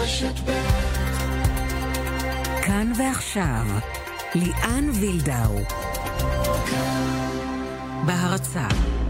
כאן ועכשיו, ליאן וילדאו. בהרצה.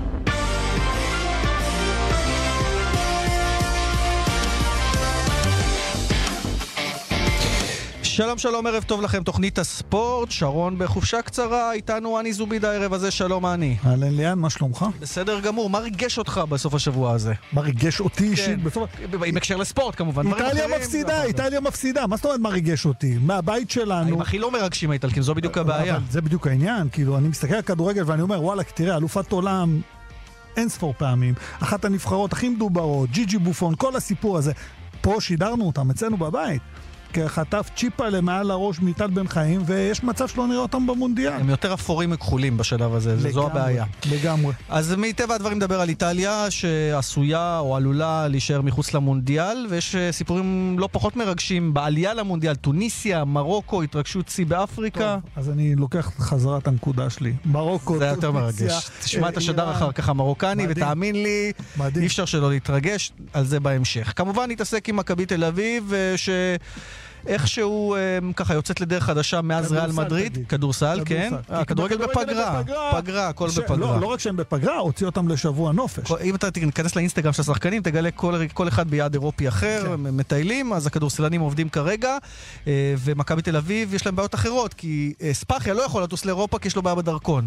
שלום שלום, ערב טוב לכם, תוכנית הספורט, שרון בחופשה קצרה, איתנו אני זובידה הערב הזה, שלום אני. אהלן ליאן, מה שלומך? בסדר גמור, מה ריגש אותך בסוף השבוע הזה? מה ריגש אותי אישית? עם הקשר לספורט כמובן. איטליה מפסידה, מה זאת אומרת מה ריגש אותי? מהבית שלנו... הם הכי לא מרגשים האיטלקים, זו בדיוק הבעיה. זה בדיוק העניין, כאילו אני מסתכל על כדורגל ואני אומר, וואלה, תראה, אלופת עולם אין ספור פעמים, אחת הנבחרות הכי מדוברות, ג'יג'י בופון, כל הסיפור הזה, פה שידרנו אותם, אצלנו בבית. חטף צ'יפה למעל הראש מיטל בן חיים, ויש מצב שלא נראה אותם במונדיאל. הם יותר אפורים מכחולים בשלב הזה, זו הבעיה. לגמרי. אז מטבע הדברים נדבר על איטליה, שעשויה או עלולה להישאר מחוץ למונדיאל, ויש סיפורים לא פחות מרגשים בעלייה למונדיאל, טוניסיה, מרוקו, התרגשות צי באפריקה. טוב, אז אני לוקח חזרה את הנקודה שלי. מרוקו, זה יותר מרגש. תשמע את השדר אחר כך המרוקני, ותאמין לי, אי אפשר שלא להתרגש, על זה בהמשך. כמובן נתעסק עם מכבי תל אביב, איכשהו ככה יוצאת לדרך חדשה מאז ריאל מדריד, כדורסל, כן? הכדורגל בפגרה, פגרה, הכל בפגרה. לא רק שהם בפגרה, הוציא אותם לשבוע נופש. אם אתה תיכנס לאינסטגרם של השחקנים, תגלה כל אחד ביעד אירופי אחר, מטיילים, אז הכדורסלנים עובדים כרגע, ומכבי תל אביב יש להם בעיות אחרות, כי ספאחיה לא יכול לטוס לאירופה, כי יש לו בעיה בדרכון.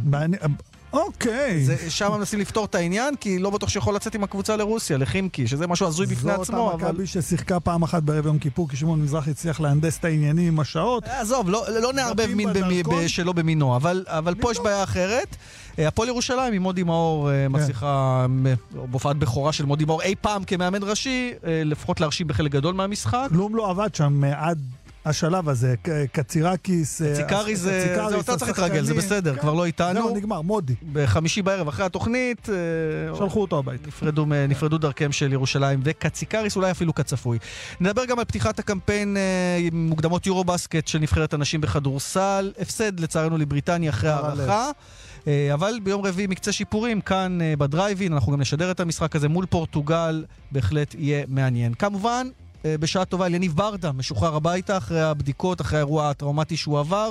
אוקיי. שם מנסים לפתור את העניין, כי לא בטוח שיכול לצאת עם הקבוצה לרוסיה, לחימקי, שזה משהו הזוי בפני עצמו. זאת המכבי ששיחקה פעם אחת בערב יום כיפור, כי שמעון מזרחי הצליח להנדס את העניינים עם השעות. עזוב, לא נערבב מין שלא במינו, אבל פה יש בעיה אחרת. הפועל ירושלים עם מודי מאור מצליחה, בהופעת בכורה של מודי מאור, אי פעם כמאמן ראשי, לפחות להרשים בחלק גדול מהמשחק. כלום לא עבד שם עד השלב הזה, קצירקיס, קציקרי זה אותה צריך להתרגל, זה בסדר, כבר לא איתנו. זהו, נגמר, מודי. בחמישי בערב אחרי התוכנית, שלחו אותו הבית. נפרדו דרכם של ירושלים וקציקריס, אולי אפילו כצפוי. נדבר גם על פתיחת הקמפיין מוקדמות יורובסקט של נבחרת הנשים בכדורסל, הפסד לצערנו לבריטניה אחרי הערכה. אבל ביום רביעי מקצה שיפורים כאן בדרייבין, אנחנו גם נשדר את המשחק הזה מול פורטוגל, בהחלט יהיה מעניין. כמובן, בשעה טובה, יניב ברדה משוחרר הביתה אחרי הבדיקות, אחרי האירוע הטראומטי שהוא עבר,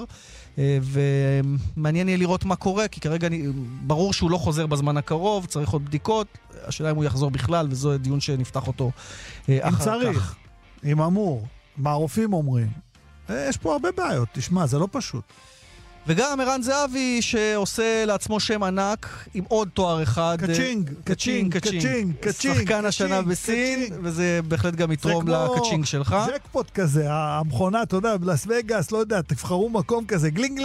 ומעניין יהיה לראות מה קורה, כי כרגע ברור שהוא לא חוזר בזמן הקרוב, צריך עוד בדיקות, השאלה אם הוא יחזור בכלל, וזו הדיון שנפתח אותו אחר כך. אם צריך, אם אמור, מה הרופאים אומרים, יש פה הרבה בעיות, תשמע, זה לא פשוט. וגם ערן זהבי שעושה לעצמו שם ענק עם עוד תואר אחד. קצ'ינג. שחקן השנה בסין, וזה בהחלט גם יתרום לקצ'ינג שלך. ג'קפוט כזה, המכונה, אתה יודע, בלאס וגאס, לא יודע, תבחרו מקום כזה, גלינג,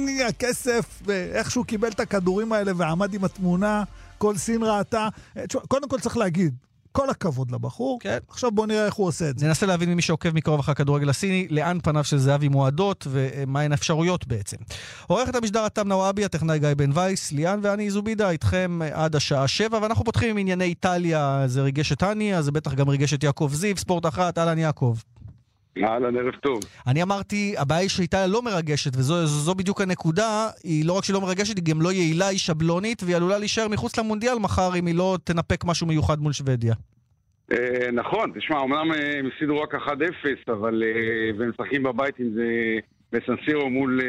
הכסף, ואיכשהו קיבל את הכדורים האלה ועמד עם התמונה, כל סין ראתה. קודם כל צריך להגיד, כל הכבוד לבחור. כן. עכשיו בוא נראה איך הוא עושה את זה. ננסה להבין ממי שעוקב מקרוב אחר הכדורגל הסיני, לאן פניו של זהבי מועדות, ומהן האפשרויות בעצם. עורכת המשדר אתם נוואבי, הטכנאי גיא בן וייס, ליאן ואני זובידה, איתכם עד השעה 7, ואנחנו פותחים עם ענייני איטליה, זה ריגש את אני, אז זה בטח גם ריגש את יעקב זיו, ספורט אחת, אהלן יעקב. אהלן, ערב טוב. אני אמרתי, הבעיה היא שאיטליה לא מרגשת, וזו בדיוק הנקודה, היא לא רק שהיא לא מרגשת, היא גם לא יעילה, היא שבלונית, והיא עלולה להישאר מחוץ למונדיאל מחר, אם היא לא תנפק משהו מיוחד מול שוודיה. נכון, תשמע, אמנם הם הפסידו רק 1-0, אבל והם משחקים בבית עם זה בסנסירו מול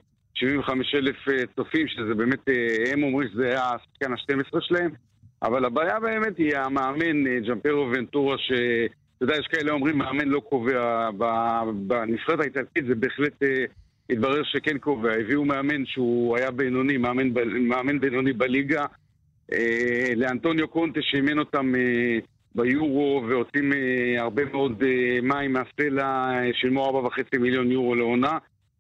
75,000 צופים, שזה באמת, הם אומרים שזה היה השחקן ה-12 שלהם, אבל הבעיה באמת היא המאמן ג'אמפרו ונטורה, אתה יודע, יש כאלה אומרים, מאמן לא קובע בנבחרת האיטלקית, זה בהחלט התברר שכן קובע. הביאו מאמן שהוא היה בינוני, מאמן בינוני בליגה, לאנטוניו קונטה שאימן אותם ביורו, ועושים הרבה מאוד מים מהסלע, שילמו 4.5 מיליון יורו לעונה,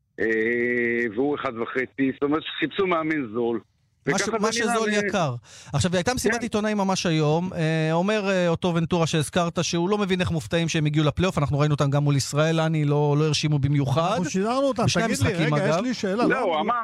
והוא 1.5, זאת אומרת שחיפשו מאמן זול. מה שזול יקר. עכשיו, הייתה מסיבת עיתונאים ממש היום, אומר אותו ונטורה שהזכרת שהוא לא מבין איך מופתעים שהם הגיעו לפלייאוף, אנחנו ראינו אותם גם מול ישראל, אני לא הרשימו במיוחד. אנחנו שידרנו אותם, תגיד לי, רגע, יש לי שאלה. לא,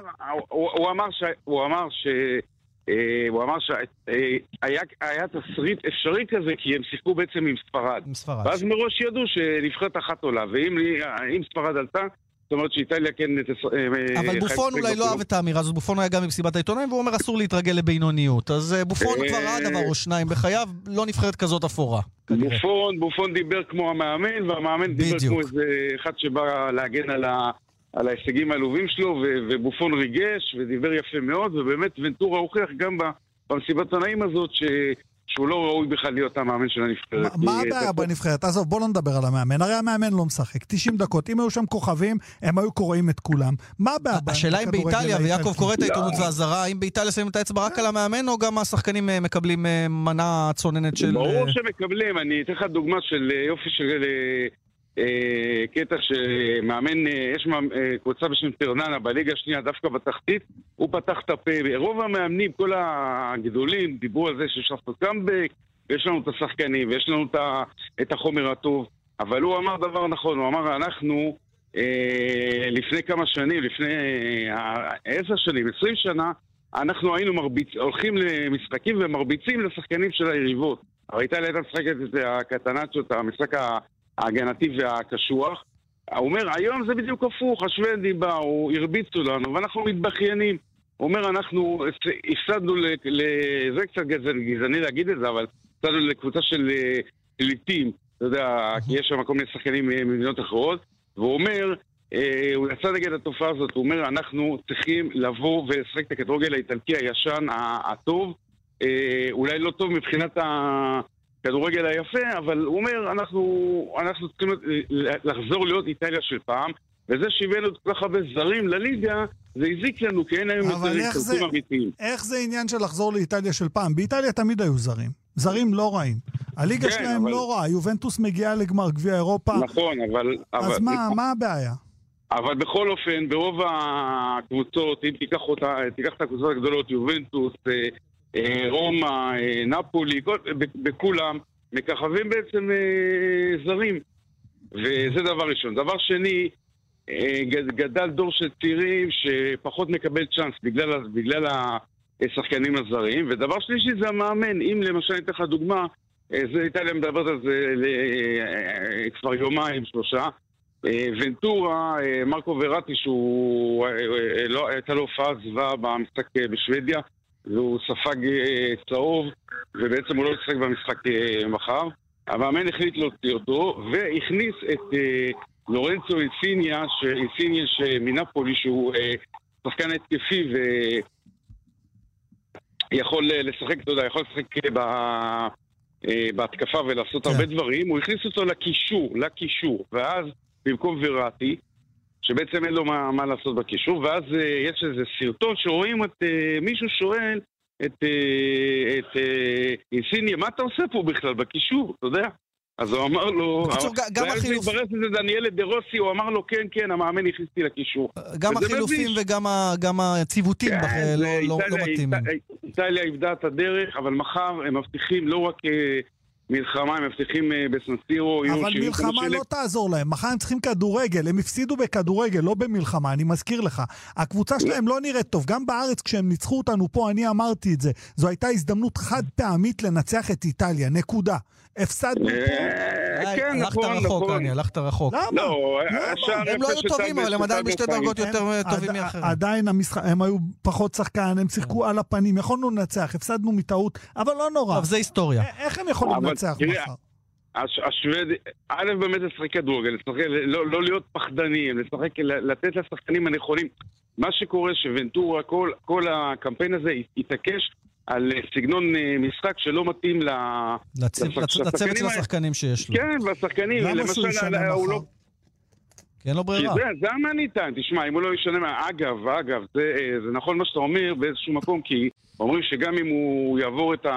הוא אמר שהיה תסריט אפשרי כזה, כי הם שיחקו בעצם עם ספרד. ואז מראש ידעו שנבחרת אחת עולה, ואם ספרד עלתה, זאת אומרת שאיטליה כן... אבל בופון אולי לא אהב את האמירה הזאת, בופון היה גם במסיבת העיתונאים, והוא אומר אסור להתרגל לבינוניות. אז בופון כבר ראה דבר או שניים בחייו, לא נבחרת כזאת אפורה. בופון דיבר כמו המאמן, והמאמן דיבר כמו איזה אחד שבא להגן על ההישגים העלובים שלו, ובופון ריגש ודיבר יפה מאוד, ובאמת ונטורה הוכיח גם במסיבת העיתונאים הזאת שהוא לא ראוי בכלל להיות המאמן של הנבחרת. מה הבעיה בנבחרת? עזוב, בוא לא נדבר על המאמן. הרי המאמן לא משחק. 90 דקות. אם היו שם כוכבים, הם היו קוראים את כולם. מה הבעיה? השאלה אם באיטליה, ויעקב קורא את העיתונות והזרה, האם באיטליה שמים את האצבע רק על המאמן, או גם השחקנים מקבלים מנה צוננת של... ברור שמקבלים. אני אתן לך דוגמה של יופי של... קטע שמאמן, יש קבוצה בשם טרננה בליגה השנייה, דווקא בתחתית, הוא פתח את הפה. רוב המאמנים, כל הגדולים, דיברו על זה שיש לנו קאמבק, ויש לנו את השחקנים, ויש לנו את החומר הטוב, אבל הוא אמר דבר נכון, הוא אמר, אנחנו לפני כמה שנים, לפני 10 שנים, 20 שנה, אנחנו היינו הולכים למשחקים ומרביצים לשחקנים של היריבות. אבל איטליה הייתה משחקת את הקטנציות, המשחק ההגנתי והקשוח. הוא אומר, היום זה בדיוק הפוך, השוודים באו, הרביצו לנו, ואנחנו מתבחיינים. הוא אומר, אנחנו הפסדנו זה קצת גזעני להגיד את זה, אבל הפסדנו לקבוצה של פליטים, אתה יודע, כי יש שם כל מיני שחקנים ממדינות אחרות, והוא אומר, הוא יצא נגד התופעה הזאת, הוא אומר, אנחנו צריכים לבוא ולשחק את הכדורגל האיטלקי הישן, הטוב, אולי לא טוב מבחינת כדורגל היפה, אבל הוא אומר, אנחנו צריכים לחזור להיות איטליה של פעם, וזה שהבאנו כל כך הרבה זרים לליגה, זה הזיק לנו, כי אין היום יותר כרסים אמיתיים. איך זה עניין של לחזור לאיטליה של פעם? באיטליה תמיד היו זרים. זרים לא רעים. הליגה שלהם לא רעה. יובנטוס מגיעה לגמר גביע אירופה. נכון, אבל... אז מה הבעיה? אבל בכל אופן, ברוב הקבוצות, אם תיקח את הקבוצות הגדולות, יובנטוס, רומא, נפולי, בכולם, מככבים בעצם זרים. וזה דבר ראשון. דבר שני, גדל דור של צעירים שפחות מקבל צ'אנס בגלל השחקנים הזרים. ודבר שלישי זה המאמן. אם למשל ניתן לך דוגמה, זה איטליה מדברת על זה כבר יומיים, 3. ונטורה, מרקו וראטי, שהוא הייתה לו הופעה זוועה במשחק בשוודיה, והוא ספג צהוב, ובעצם הוא לא ישחק במשחק מחר. המאמן החליט להוציא אותו, והכניס את לורנצו אינסיניה שמנפולי, שהוא שחקן התקפי ויכול לשחק, אתה יודע, יכול לשחק בהתקפה ולעשות הרבה דברים. הוא הכניס אותו לקישור, ואז במקום וראטי, שבעצם אין לו מה לעשות בקישור, ואז יש איזה סרטון שרואים את מישהו שואל את אינסיניה, מה אתה עושה פה בכלל בקישור, אתה יודע? אז הוא אמר לו, גם החילוף... ברס את זה דניאל דרוסי, הוא אמר לו, כן, המאמן הכניסתי לקישור. גם החילופים וגם הציוותים לא מתאימים. איטליה איבדה את הדרך, אבל מחר הם מבטיחים לא רק מלחמה, הם מבטיחים בסנסירו. אבל מלחמה לא תעזור להם, מחר הם צריכים כדורגל, הם הפסידו בכדורגל, לא במלחמה, אני מזכיר לך. הקבוצה שלהם לא נראית טוב, גם בארץ כשהם ניצחו אותנו פה, אני אמרתי את זה, זו הייתה הזדמנות חד פעמית לנצח את איטליה, נקודה. הפסדנו פה. כן, נכון. הלכת רחוק. למה? הם לא היו טובים, אבל הם עדיין בשתי דרגות יותר טובים מאחרים. עדיין הם היו פחות שחקן, הם שיחקו על הפנים, יכולנו לנצח, הפסדנו מטעות, אבל לא נורא. טוב, זה היסטוריה. איך הם יכולים לנצח מחר? השוודי, א' באמת לשחק כדורגל, לא להיות פחדנים, לתת לשחקנים הנכונים. מה שקורה שוונטורה, כל הקמפיין הזה יתעקש על סגנון משחק שלא מתאים לצוות של השחקנים שיש לו. כן, והשחקנים, למשל, הוא לא... כי אין לו ברירה. זה מה ניתן, תשמע, אם הוא לא ישנה... אגב, זה נכון מה שאתה אומר באיזשהו מקום, כי אומרים שגם אם הוא יעבור את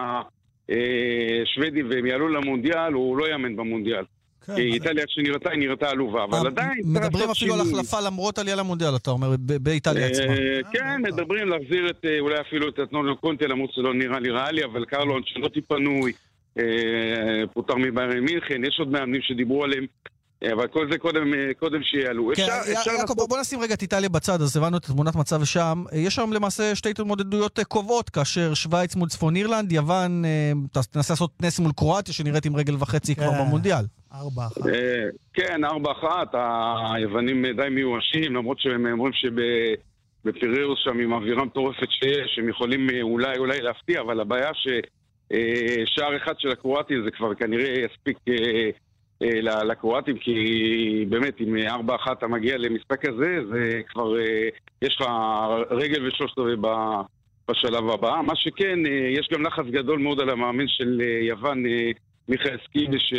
השוודי והם יעלו למונדיאל, הוא לא יאמן במונדיאל. כי איטליה שנראתה, היא נראתה עלובה, אבל עדיין... מדברים אפילו על החלפה למרות עלייה למונדיאל, אתה אומר, באיטליה עצמה. כן, מדברים להחזיר אולי אפילו את אתנולו קונטה, למרות שלא נראה לי ריאלי, אבל קרלו אנצ'לוטי פנוי, פוטר מביירן מינכן, יש עוד מאמנים שדיברו עליהם, אבל כל זה קודם שיעלו. יעקב, בוא נשים רגע את איטליה בצד, אז הבנו את תמונת מצב שם. יש שם למעשה שתי התמודדויות קובעות, כאשר שוויץ מול צפון אירלנד, יוון תנסה לעשות נס מול קרואטיה, שנראית עם רגל וחצי כבר במונדיאל. 4-1. כן, 4-1, היוונים די מיואשים, למרות שהם אומרים שבפירירוס שם עם אווירה מטורפת שיש, הם יכולים אולי להפתיע, אבל הבעיה ששער אחד של הקרואטים זה כבר כנראה יספיק לקרואטים, כי באמת עם 4-1 אתה מגיע למשחק הזה, זה כבר יש לך רגל ושלושת בשלב הבא. מה שכן, יש גם לחץ גדול מאוד על המאמן של יוון, מיכאל סקיבש,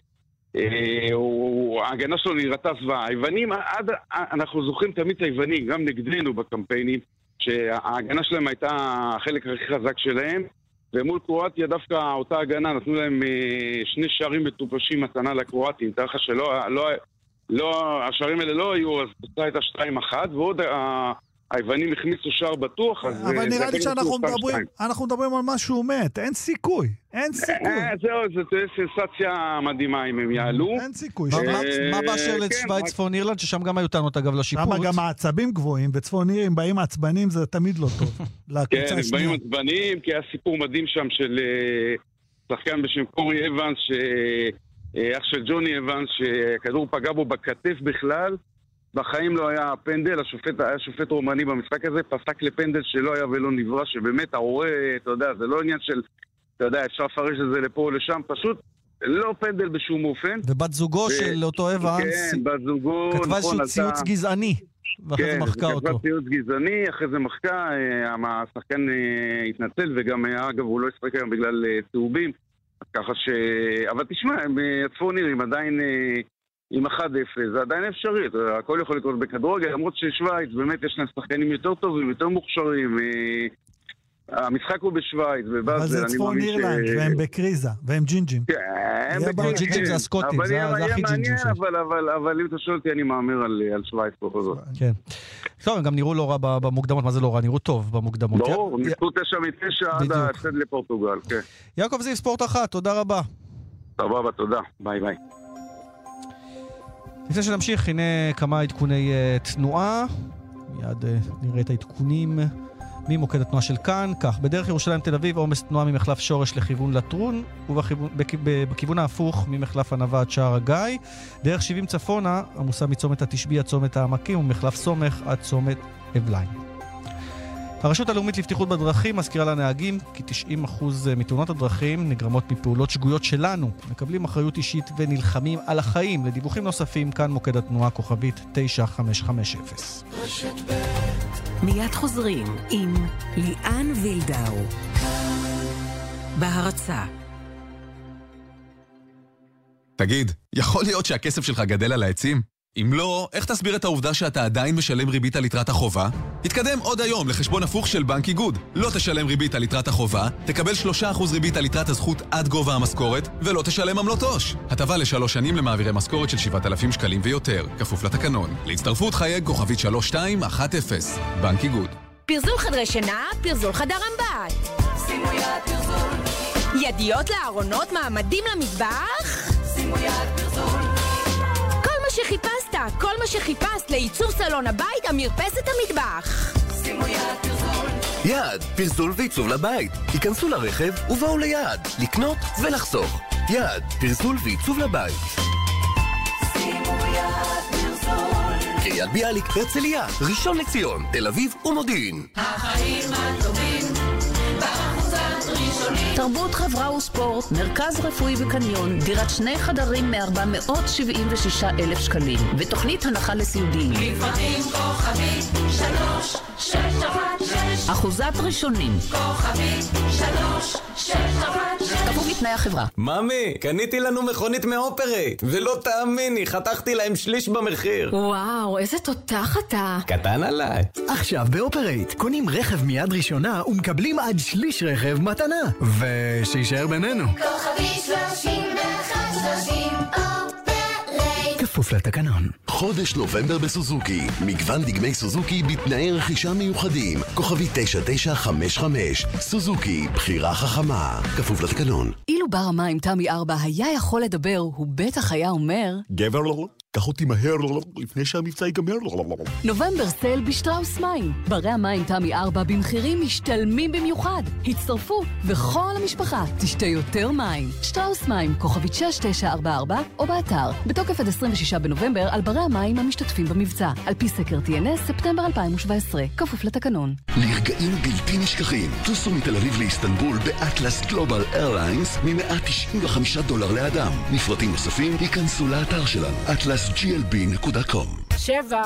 ההגנה שלו נראתה זוועה. היוונים, אנחנו זוכרים תמיד את היוונים, גם נגדנו בקמפיינים, שההגנה שלהם הייתה החלק הכי חזק שלהם, ומול קרואטיה דווקא אותה הגנה נתנו להם 2 שערים מטופשים מתנה לקרואטים, תארך שלא, השערים האלה לא היו, אז תוצאה הייתה 2-1, ועוד היוונים החמיצו שער בטוח, אבל נראה לי שאנחנו מדברים על משהו מת, אין סיכוי. זהו, זו סנסציה מדהימה אם הם יעלו. אין סיכוי. מה באשר לשוויץ צפון אירלנד, ששם גם היו טענות אגב לשיפוט? שם גם העצבים גבוהים, וצפון אירים באים עצבנים, זה תמיד לא טוב. כן, הם באים עצבנים, כי היה סיפור מדהים שם של שחקן בשם קורי אבנס, אח של ג'וני אבנס, שהכדור פגע בו בכתף בכלל, בחיים לא היה פנדל, היה שופט רומני במשחק הזה, פסק לפנדל שלא היה ולא נברא, שבאמת ההורה, אתה יודע, זה לא עניין של, אתה יודע, אפשר לפרש את זה לפה או לשם, פשוט לא פנדל בשום אופן. ובת זוגו של אותו אבנס, כן, בת זוגו, כתבה איזשהו ציוץ גזעני, ואחרי זה מחקה אותו. כן, כתבה ציוץ גזעני, אחרי זה מחקה, השחקן התנצל, וגם אגב הוא לא ישחק היום בגלל צהובים, ככה ש... אבל תשמע, צפון אירים עדיין... עם 1-0, זה עדיין אפשרי, הכל יכול לקרות בכדורגל, למרות ששוויץ באמת יש להם שחקנים יותר טובים, יותר מוכשרים, המשחק הוא בשוויץ, אבל זה צפון אירלנד, והם בקריזה, והם ג'ינג'ים. ג'ינג'ים זה הסקוטים, זה הכי ג'ינג'ים שלו. אבל אם אתה שואל אותי, אני מאמר על שוויץ פה חוזר. כן. טוב, הם גם נראו לא רע במוקדמות, מה זה לא רע? נראו טוב במוקדמות. לא, ניסו 9-9 עד הצד לפורטוגל, כן. יעקב זיו, ספורט 1, תודה רבה. סבבה, תודה, ביי ביי. לפני שנמשיך, הנה כמה עדכוני תנועה. מיד נראה את העדכונים ממוקד התנועה של כאן. כך, בדרך ירושלים תל אביב, עומס תנועה ממחלף שורש לכיוון לטרון, ובכיוון ההפוך ממחלף ענבה עד שער הגיא. דרך 70 צפונה, עמוסה מצומת התשבי עד צומת העמקים, ומחלף סומך עד צומת אבליים. הרשות הלאומית לבטיחות בדרכים מזכירה לנהגים כי 90% מתאונות הדרכים נגרמות מפעולות שגויות שלנו. מקבלים אחריות אישית ונלחמים על החיים. לדיווחים נוספים, כאן מוקד התנועה כוכבית 9550. מיד חוזרים עם ליאן וילדאו. בהרצה. תגיד, יכול להיות שהכסף שלך גדל על העצים? אם לא, איך תסביר את העובדה שאתה עדיין משלם ריבית על יתרת החובה? תתקדם עוד היום לחשבון הפוך של בנק איגוד. לא תשלם ריבית על יתרת החובה, תקבל 3% ריבית על יתרת הזכות עד גובה המשכורת, ולא תשלם עמלות עו"ש. הטבה ל3 שנים למעבירי משכורת של 7,000 שקלים ויותר, כפוף לתקנון. להצטרפות חייג כוכבית 3210. בנק איגוד. פרזול חדרי שינה, פרזול חדר אמבט. שימו יד פרזול. ידיות לארונות, מעמדים למטבח. שימו יד פרזול. כל מה שחיפשת לעיצוב סלון הבית, המרפסת המטבח. שימו יד פרזול. יד, פרזול ועיצוב לבית. היכנסו לרכב ובואו ליד, לקנות ולחסוך. יד, פרזול ועיצוב לבית. שימו יד פרזול. קריית ביאליק, הרצליה, ראשון לציון, תל אביב ומודיעין. החיים הטובים באחוזת ראשונים. תרבות, חברה וספורט, מרכז רפואי בקניון, דירת 2 חדרים מ-476,000 שקלים, ותוכנית הנחה לסיעודיים. לפרטים כוכבית 3616. אחוזת ראשונים. כוכבית 3616. כפוף לתנאי החברה. ממי, קניתי לנו מכונית מאופרייט, ולא תאמיני, חתכתי להם שליש במחיר. וואו, איזה תותח אתה. קטן עליי. עכשיו באופרייט, קונים רכב מיד ראשונה ומקבלים עד שליש רכב מתנה. ושישאר בינינו. כוכבית 3130 אופרייט. כפוף לתקנון. חודש נובמבר בסוזוקי. מגוון דגמי סוזוקי בתנאי רכישה מיוחדים. כוכבית 9955. סוזוקי, בחירה חכמה. כפוף לתקנון. אילו בר המים תמי 4 היה יכול לדבר, הוא בטח היה אומר... גבר לא. קח אותי מהר לפני שהמבצע ייגמר. נובמבר סייל בשטראוס מים. ברי המים תמי 4 במחירים משתלמים במיוחד. הצטרפו וכל המשפחה תשתה יותר מים. שטראוס מים, כוכבית 6944 או באתר. בתוקף עד 26 בנובמבר על ברי המים המשתתפים במבצע. על פי סקר TNS ספטמבר 2017. כפוף לתקנון. לרגעים בלתי נשכחים, טוסו מתל אביב לאיסטנבול באטלס גלובל איירליינס $195 לאדם. מפרטים נוספים ייכנסו לאתר שלנו, atlasglb.com.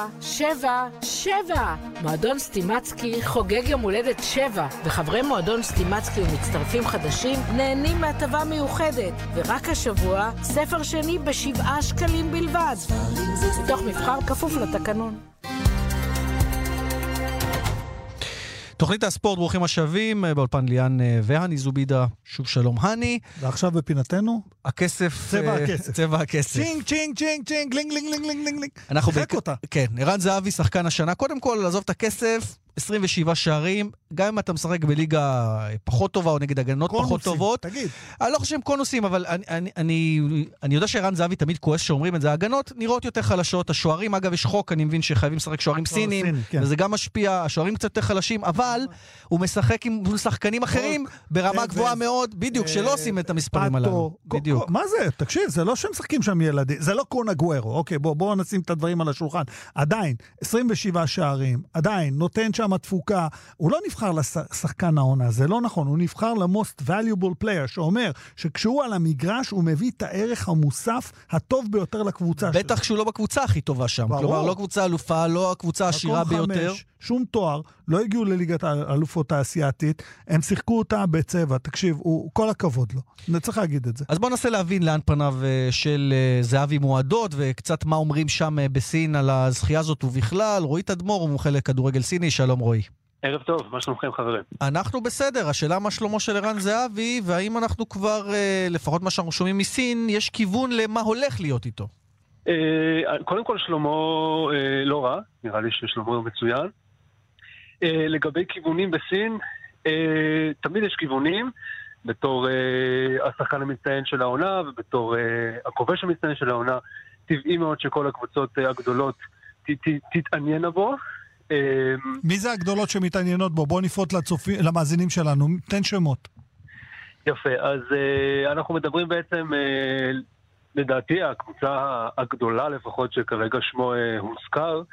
7. מועדון סטימצקי חוגג יום הולדת 7, וחברי מועדון סטימצקי ומצטרפים חדשים נהנים מהטבה מיוחדת. ורק השבוע, ספר שני ב7 שקלים בלבד. מתוך מבחר כפוף לתקנון. תוכנית הספורט, ברוכים השבים, באולפן ליאן והני זובידה, שוב שלום הני. ועכשיו בפינתנו? הכסף. צבע הכסף. צ'ינג, צ'ינג, צ'ינג, צ'ינג, לינג, לינג, לינג, לינג, לינג. אנחנו חק אותה. כן, ערן זהבי, שחקן השנה. קודם כל, לעזוב את הכסף, 27 שערים, גם אם אתה משחק בליגה פחות טובה או נגד הגנות פחות טובות. תגיד. אני לא חושב שהם קונוסים, אבל אני יודע שערן זהבי תמיד כועס שאומרים את זה. ההגנות נראות יותר חלשות. השוערים, אגב, יש חוק, אני מבין שחייבים לשחק שוערים סינים, וזה גם משפיע. השוערים קצת יותר חלשים, אבל הוא משחק עם שחקנים אחרים ברמה גבוהה מאוד, בדיוק, שלא עושים את המספרים הללו. בדיוק. מה זה? תקשיב, זה לא שהם משחקים שם ילדים. זה לא קון אגוארו. אוקיי, בואו נשים את הדברים על השולחן. עדיין, 27 שערים, עדיין, נותן שם התפוקה. הוא לא נבחר לשחקן העונה, זה לא נכון. הוא נבחר ל-most valuable player, שאומר שכשהוא על המגרש, הוא מביא את הערך המוסף הטוב ביותר לקבוצה שלו. בטח כשהוא לא בקבוצה הכי טובה שם. כלומר, לא קבוצה אלופה, לא הקבוצה העשירה ביותר. שום תואר, לא הגיעו לליגת האלופות האסייתית, הם שיחקו אותה בצבע. תקשיב, כל הכבוד לו. נצטרך להגיד את זה. אז בוא ננסה להבין לאן פניו של זהבי מועדות, וקצת מה אומרים שם בסין על הזכייה הזאת ובכלל. רועי תדמור הוא מומחה לכדורגל סיני, שלום רועי. ערב טוב, מה שלומכם חברים? אנחנו בסדר, השאלה מה שלומו של ערן זהבי, והאם אנחנו כבר, לפחות מה שאנחנו שומעים מסין, יש כיוון למה הולך להיות איתו? קודם כל שלומו לא רע, נראה לי ששלומו מצוין. לגבי כיוונים בסין, תמיד יש כיוונים, בתור השחקן המצטיין של העונה, ובתור הכובש המצטיין של העונה, טבעי מאוד שכל הקבוצות הגדולות תתעניינה בו. מי זה הגדולות שמתעניינות בו? בואו נפרוט למאזינים שלנו, תן שמות. יפה, אז אנחנו מדברים בעצם, לדעתי, הקבוצה הגדולה לפחות שכרגע שמו הוזכר,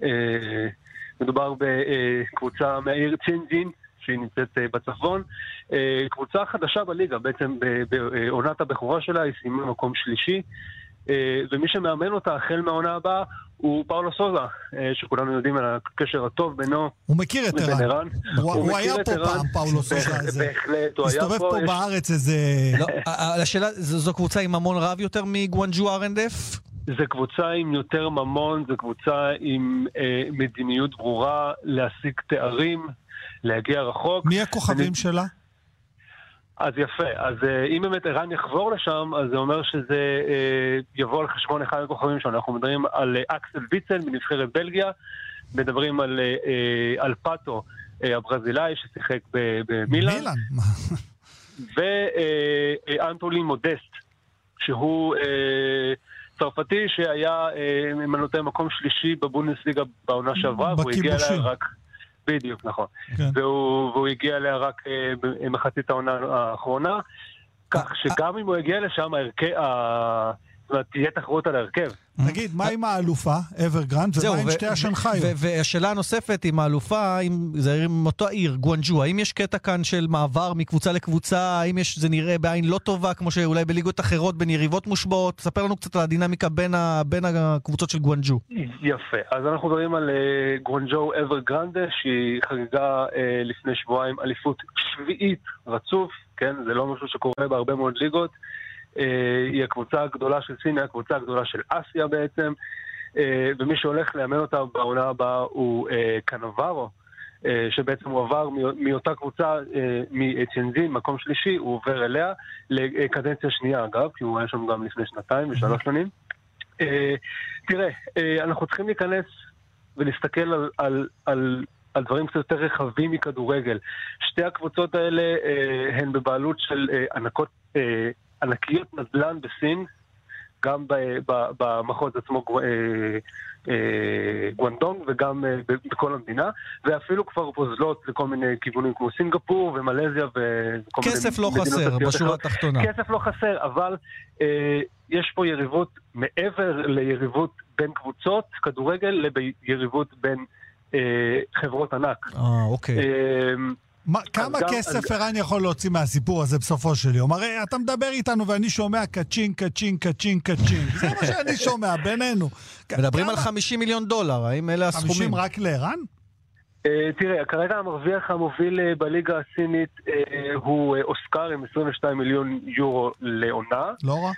מדובר בקבוצה מהעיר צ'ינג'ין, שהיא נמצאת בצפון. קבוצה חדשה בליגה, בעצם בעונת הבכורה שלה, היא סיימה מקום שלישי, ומי שמאמן אותה החל מהעונה הבאה הוא פאולו סוזה, שכולנו יודעים על הקשר הטוב בינו. הוא מכיר את ערן. הוא היה פה פעם, פאולו סוזה הזה. בהחלט, הוא היה פה. הסתובב פה בארץ איזה... השאלה, זו קבוצה עם ממון רב יותר מגואנג'ו ארנדף? זה קבוצה עם יותר ממון, זה קבוצה עם מדיניות ברורה, להשיג תארים, להגיע רחוק. מי הכוכבים שלה? אז יפה, אז אם באמת ערן יחבור לשם, אז זה אומר שזה יבוא על חשבון אחד הכוכבים שלנו. אנחנו מדברים על אקסל ויצל מנבחרת בלגיה, מדברים על פאטו הברזילאי ששיחק במילאן, ואנטולי מודסט, שהוא צרפתי שהיה מנותן מקום שלישי בבונדסליגה בעונה שעברה, והוא הגיע אליה רק... בדיוק, נכון. כן. והוא הגיע אליה רק במחצית העונה האחרונה, כך שגם אם הוא הגיע לשם, תהיה תחרות על ההרכב. נגיד, מה עם האלופה, אברגרנד, ומה עם שתי השנחיות? והשאלה הנוספת עם האלופה, זה עם אותו עיר, גואנג'ו, האם יש קטע כאן של מעבר מקבוצה לקבוצה, האם זה נראה בעין לא טובה, כמו שאולי בליגות אחרות, בין יריבות מושבעות? ספר לנו קצת על הדינמיקה בין הקבוצות של גואנג'ו. יפה, אז אנחנו מדברים על גואנג'ו אברגרנד, שהיא חגגה לפני שבועיים אליפות שביעית רצוף, כן, זה לא משהו שקורה בהרבה מאוד ליגות, היא הקבוצה הגדולה של סין, היא הקבוצה הגדולה של אסיה בעצם, ומי שהולך לאמן אותה בעונה הבאה הוא קנברו, שבעצם הוא עבר מאותה קבוצה, מצ'נזין, מקום שלישי, הוא עובר אליה לקדנציה שנייה אגב, כי הוא היה שם גם לפני 2 ו3 שנים. תראה, אנחנו צריכים להיכנס ולהסתכל על דברים קצת יותר רחבים מכדורגל. שתי הקבוצות האלה הן בבעלות של ענקיות נדל"ן בסין, גם במחוז עצמו גואנדונג וגם בכל המדינה, ואפילו כבר פוזלות לכל מיני כיוונים כמו סינגפור ומלזיה וכל מיני כסף לא חסר, בשורה התחתונה. כסף לא חסר, אבל יש פה יריבות מעבר ליריבות בין קבוצות, כדורגל, ליריבות בין חברות ענק. אוקיי. כמה כסף ערן יכול להוציא מהסיפור הזה בסופו של יום? הרי אתה מדבר איתנו ואני שומע קצ'ינג, קצ'ינג, קצ'ינג, קצ'ינג. זה מה שאני שומע בינינו. מדברים על $50 מיליון, האם אלה הסכומים? 50 רק לערן? תראה, כרגע המרוויח המוביל בליגה הסינית הוא אוסקר עם 22 מיליון יורו לעונה. לא רע.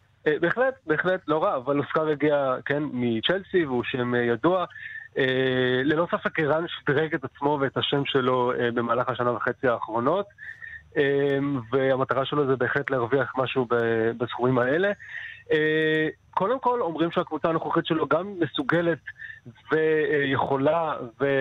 בהחלט לא רע, אבל אוסקר הגיע, כן, מצ'לסי, והוא שם ידוע. ללא ספק ערן שדרג את עצמו ואת השם שלו במהלך השנה וחצי האחרונות, והמטרה שלו זה בהחלט להרוויח משהו בסכומים האלה. קודם כל אומרים שהקבוצה הנוכחית שלו גם מסוגלת ויכולה,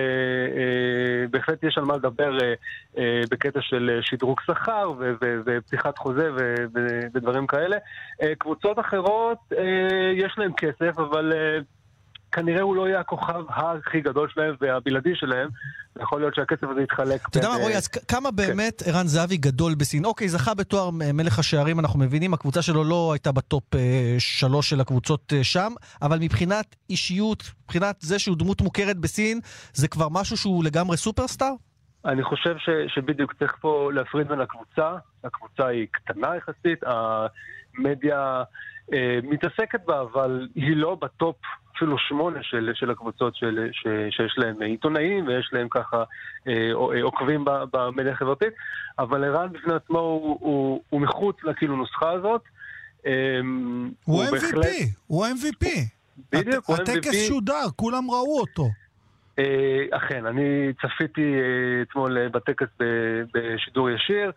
ובהחלט יש על מה לדבר בקטע של שדרוג שכר ופתיחת חוזה ודברים כאלה. קבוצות אחרות יש להם כסף, אבל כנראה הוא לא יהיה הכוכב הכי גדול שלהם והבלעדי שלהם. יכול להיות שהכסף הזה יתחלק. אתה יודע מה, רועי, אז כמה באמת ערן זהבי גדול בסין? אוקיי, זכה בתואר מלך השערים, אנחנו מבינים, הקבוצה שלו לא הייתה בטופ 3 של הקבוצות שם, אבל מבחינת אישיות, מבחינת זה שהוא דמות מוכרת בסין, זה כבר משהו שהוא לגמרי סופרסטאר? אני חושב שבדיוק צריך פה להפריד בין הקבוצה. הקבוצה היא קטנה יחסית, המדיה מתעסקת בה, אבל היא לא בטופ אפילו 8 של הקבוצות שיש להם עיתונאים ויש להם ככה עוקבים במדיה החברתית, אבל ערן בפני עצמו הוא מחוץ לכאילו נוסחה הזאת. הוא MVP, הוא MVP. בדיוק, הוא MVP. הטקס שודר, כולם ראו אותו. אכן, אני צפיתי אתמול בטקס בשידור ישיר.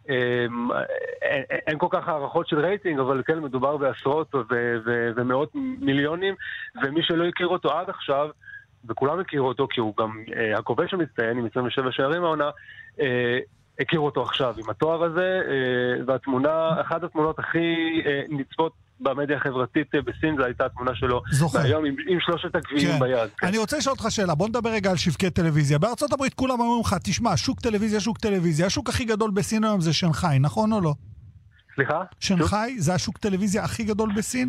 אין כל כך הערכות של רייטינג, אבל כן מדובר בעשרות ומאות מיליונים, ומי שלא הכיר אותו עד עכשיו, וכולם הכירו אותו כי הוא גם הכובש המצטיין עם 27 שערים העונה, הכירו אותו עכשיו עם התואר הזה, והתמונה, אחת התמונות הכי נצפות במדיה החברתית בסין, זו הייתה התמונה שלו היום עם 3 הגביעים ביד. אני רוצה לשאול אותך שאלה, בוא נדבר רגע על שווקי טלוויזיה. בארצות הברית כולם אומרים לך, תשמע, שוק טלוויזיה, השוק הכי גדול בסין היום זה שנגחאי, נכון או לא? סליחה? שנגחאי זה השוק טלוויזיה הכי גדול בסין?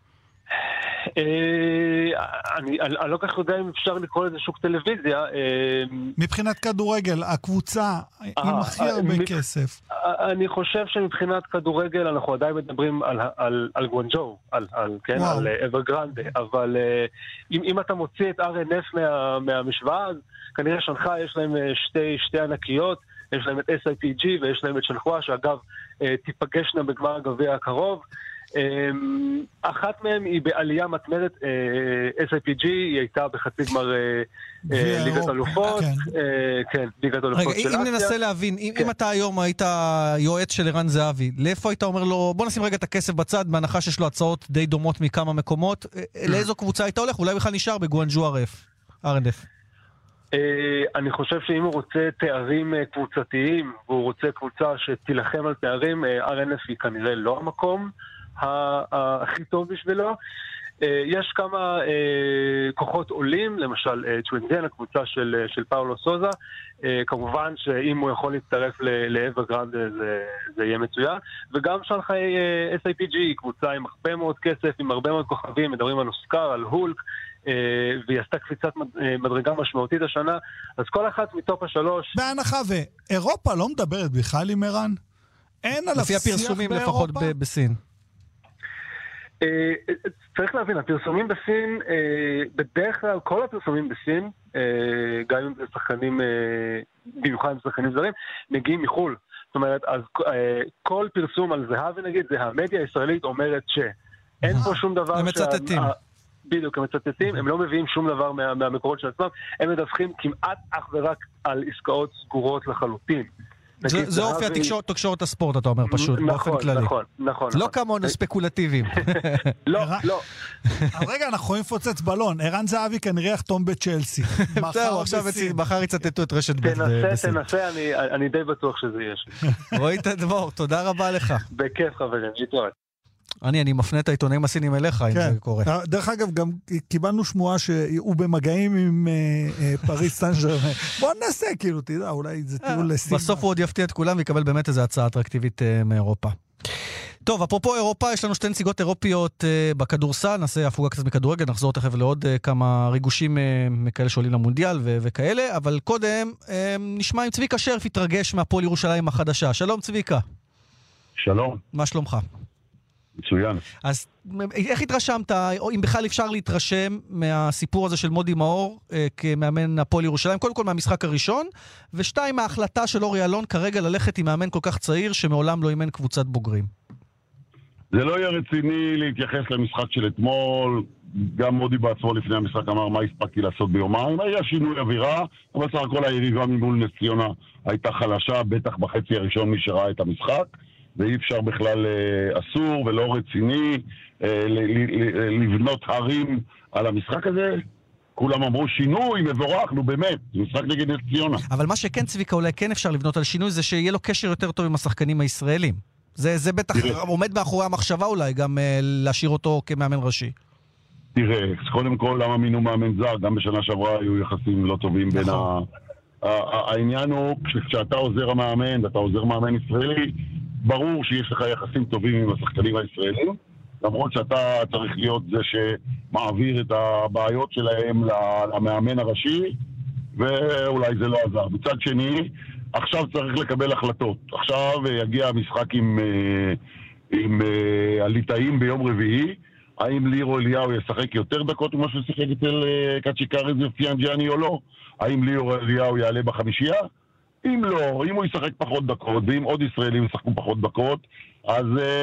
אני לא כך יודע אם אפשר לקרוא לזה שוק טלוויזיה. מבחינת כדורגל, הקבוצה עם הכי הרבה כסף. אני חושב שמבחינת כדורגל אנחנו עדיין מדברים על גואנג'ו, על אברגרנדה, אבל אם אתה מוציא את RNF מהמשוואה, אז כנראה שנגחאי יש להם שתי ענקיות, יש להם את SIPG ויש להם את שנגחאי, שאגב תיפגשנה בגמר הגביע הקרוב. אחת מהם היא בעלייה מתמדת. SIPG היא הייתה בחצי גמר ליגת אלופות. כן, ליגת אלופות של אסיה. אם ננסה להבין, אם אתה היום היית יועץ של ערן זהבי, לאיפה היית אומר לו, בוא נשים רגע את הכסף בצד, בהנחה שיש לו הצעות די דומות מכמה מקומות, לאיזו קבוצה היית הולך? אולי בכלל נשאר בגואנג'ו RNF. אני חושב שאם הוא רוצה תארים קבוצתיים והוא רוצה קבוצה שתילחם על תארים, RNF היא כנראה לא המקום הכי טוב בשבילו. יש כמה כוחות עולים, למשל טווינזן, הקבוצה של פאולו סוזה. כמובן שאם הוא יכול להצטרף לאברגרנדה זה יהיה מצוין. וגם שנגחאי SIPG היא קבוצה עם הרבה מאוד כסף, עם הרבה מאוד כוכבים, מדברים על אוסקר, על הולק, והיא עשתה קפיצת מדרגה משמעותית השנה. אז כל אחת מטופ 3. בהנחה ואירופה לא מדברת בכלל עם ערן? אין עליו לפי הפרסומים לפחות בסין. צריך להבין, הפרסומים בסין, בדרך כלל כל הפרסומים בסין, גם אם זה שחקנים, במיוחד עם שחקנים זרים, מגיעים מחול. זאת אומרת, אז כל פרסום על זהבי נגיד, זה המדיה הישראלית אומרת שאין פה שום דבר. הם מצטטים. בדיוק, הם מצטטים, הם לא מביאים שום דבר מהמקורות של עצמם, הם מדווחים כמעט אך ורק על עסקאות סגורות לחלוטין. זה אופי תקשורת הספורט, אתה אומר, פשוט, באופן כללי. נכון. לא כמונו ספקולטיביים. לא. רגע, אנחנו יכולים לפוצץ בלון. ערן זהבי כנראה יחתום בצ'לסי. זהו, עכשיו מחר יצטטו את רשת ב' בסין. תנסה, אני די בטוח שזה יש. רועי תדמור, תודה רבה לך. בכיף חברים, להתראות. אני מפנה את העיתונאים הסינים אליך, אם זה קורה. דרך אגב, גם קיבלנו שמועה שהוא במגעים עם פריס סן ז'רמן. בוא נעשה, כאילו, תדע, אולי זה טיול לסין. בסוף הוא עוד יפתיע את כולם ויקבל באמת איזו הצעה אטרקטיבית מאירופה. טוב, אפרופו אירופה, יש לנו שתי נציגות אירופיות בכדורסל, נעשה הפוגה קצת מכדורגל, נחזור תכף לעוד כמה ריגושים מכאלה שעולים למונדיאל וכאלה, אבל קודם נשמע עם צביקה שרף יתרגש מהפועל ירושלים החדשה. שלום צביקה. שלום. מה שלומך? מצוין. אז איך התרשמת, או אם בכלל אפשר להתרשם מהסיפור הזה של מודי מאור כמאמן הפועל ירושלים, קודם כל מהמשחק הראשון, ושתיים מההחלטה של אורי אלון כרגע ללכת עם מאמן כל כך צעיר שמעולם לא אימן קבוצת בוגרים? זה לא יהיה רציני להתייחס למשחק של אתמול, גם מודי בעצמו לפני המשחק אמר מה הספקתי לעשות ביומיים, היה שינוי אווירה, אבל סך הכל היריבה ממול נס ציונה הייתה חלשה, בטח בחצי הראשון מי שראה את המשחק, ואי אפשר בכלל אסור ולא רציני לבנות הרים על המשחק הזה. כולם אמרו שינוי, מבורך, נו באמת, זה משחק נגד נס ציונה. אבל מה שכן צביקה אולי כן אפשר לבנות על שינוי זה שיהיה לו קשר יותר טוב עם השחקנים הישראלים. זה בטח עומד מאחורי המחשבה אולי גם להשאיר אותו כמאמן ראשי. תראה, קודם כל למה מינו מאמן זר, גם בשנה שעברה היו יחסים לא טובים בין העניין הוא, כשאתה עוזר המאמן, ואתה עוזר מאמן ישראלי, ברור שיש לך יחסים טובים עם השחקנים הישראלים, למרות שאתה צריך להיות זה שמעביר את הבעיות שלהם למאמן הראשי, ואולי זה לא עזר. בצד שני, עכשיו צריך לקבל החלטות. עכשיו יגיע המשחק עם הליטאים ביום רביעי, האם לירו אליהו ישחק יותר דקות ממה שהוא שיחק אצל קצ'יקריס ופיאנג'אני או לא? האם לירו אליהו יעלה בחמישייה? אם לא, אם הוא ישחק פחות דקות, ואם עוד ישראלים ישחקו פחות דקות, אז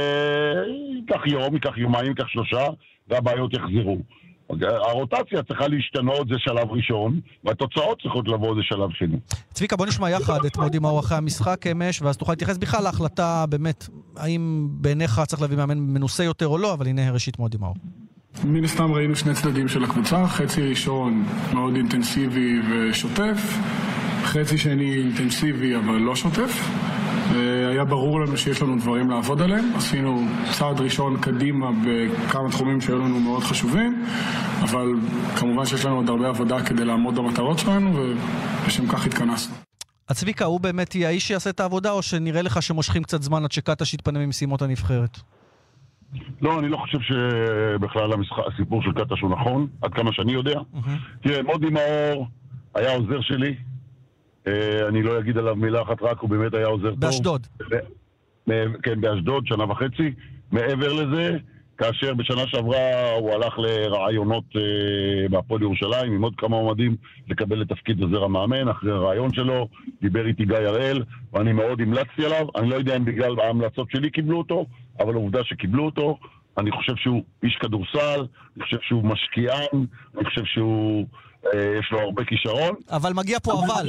ייקח יום, ייקח יומיים, ייקח שלושה, והבעיות יחזרו. הרוטציה צריכה להשתנות, זה שלב ראשון, והתוצאות צריכות לבוא, זה שלב שני. צביקה, בוא נשמע יחד את מודי מאור אחרי המשחק אמש, ואז תוכל להתייחס בכלל להחלטה באמת, האם בעיניך צריך להביא מאמן מנוסה יותר או לא, אבל הנה ראשית מודי מאור. מן הסתם ראינו שני צדדים של הקבוצה, חצי ראשון מאוד אינטנסיבי ושוטף, חצי שני אינטנסיבי אבל לא שוטף. היה ברור לנו שיש לנו דברים לעבוד עליהם, עשינו צעד ראשון קדימה בכמה תחומים שהיו לנו מאוד חשובים, אבל כמובן שיש לנו עוד הרבה עבודה כדי לעמוד במטרות שלנו, ובשם כך התכנסנו. הצביקה, הוא באמת יהיה האיש שיעשה את העבודה, או שנראה לך שמושכים קצת זמן עד שקטה שיתפנה ממשימות הנבחרת? לא, אני לא חושב שבכלל הסיפור של קטה שהוא נכון, עד כמה שאני יודע. תראה, מודי מאור היה עוזר שלי, אני לא אגיד עליו מילה אחת רק, הוא באמת היה עוזר טוב. באשדוד. כן, באשדוד, שנה וחצי. מעבר לזה, כאשר בשנה שעברה הוא הלך לרעיונות בהפועל ירושלים, עם עוד כמה עומדים לקבל את תפקיד עוזר המאמן, אחרי הרעיון שלו, דיבר איתי גיא הראל, ואני מאוד המלצתי עליו. אני לא יודע אם בגלל ההמלצות שלי קיבלו אותו, אבל העובדה שקיבלו אותו, אני חושב שהוא איש כדורסל, אני חושב שהוא משקיען, אני חושב שהוא... יש לו הרבה כישרון. אבל מגיע פה אבל.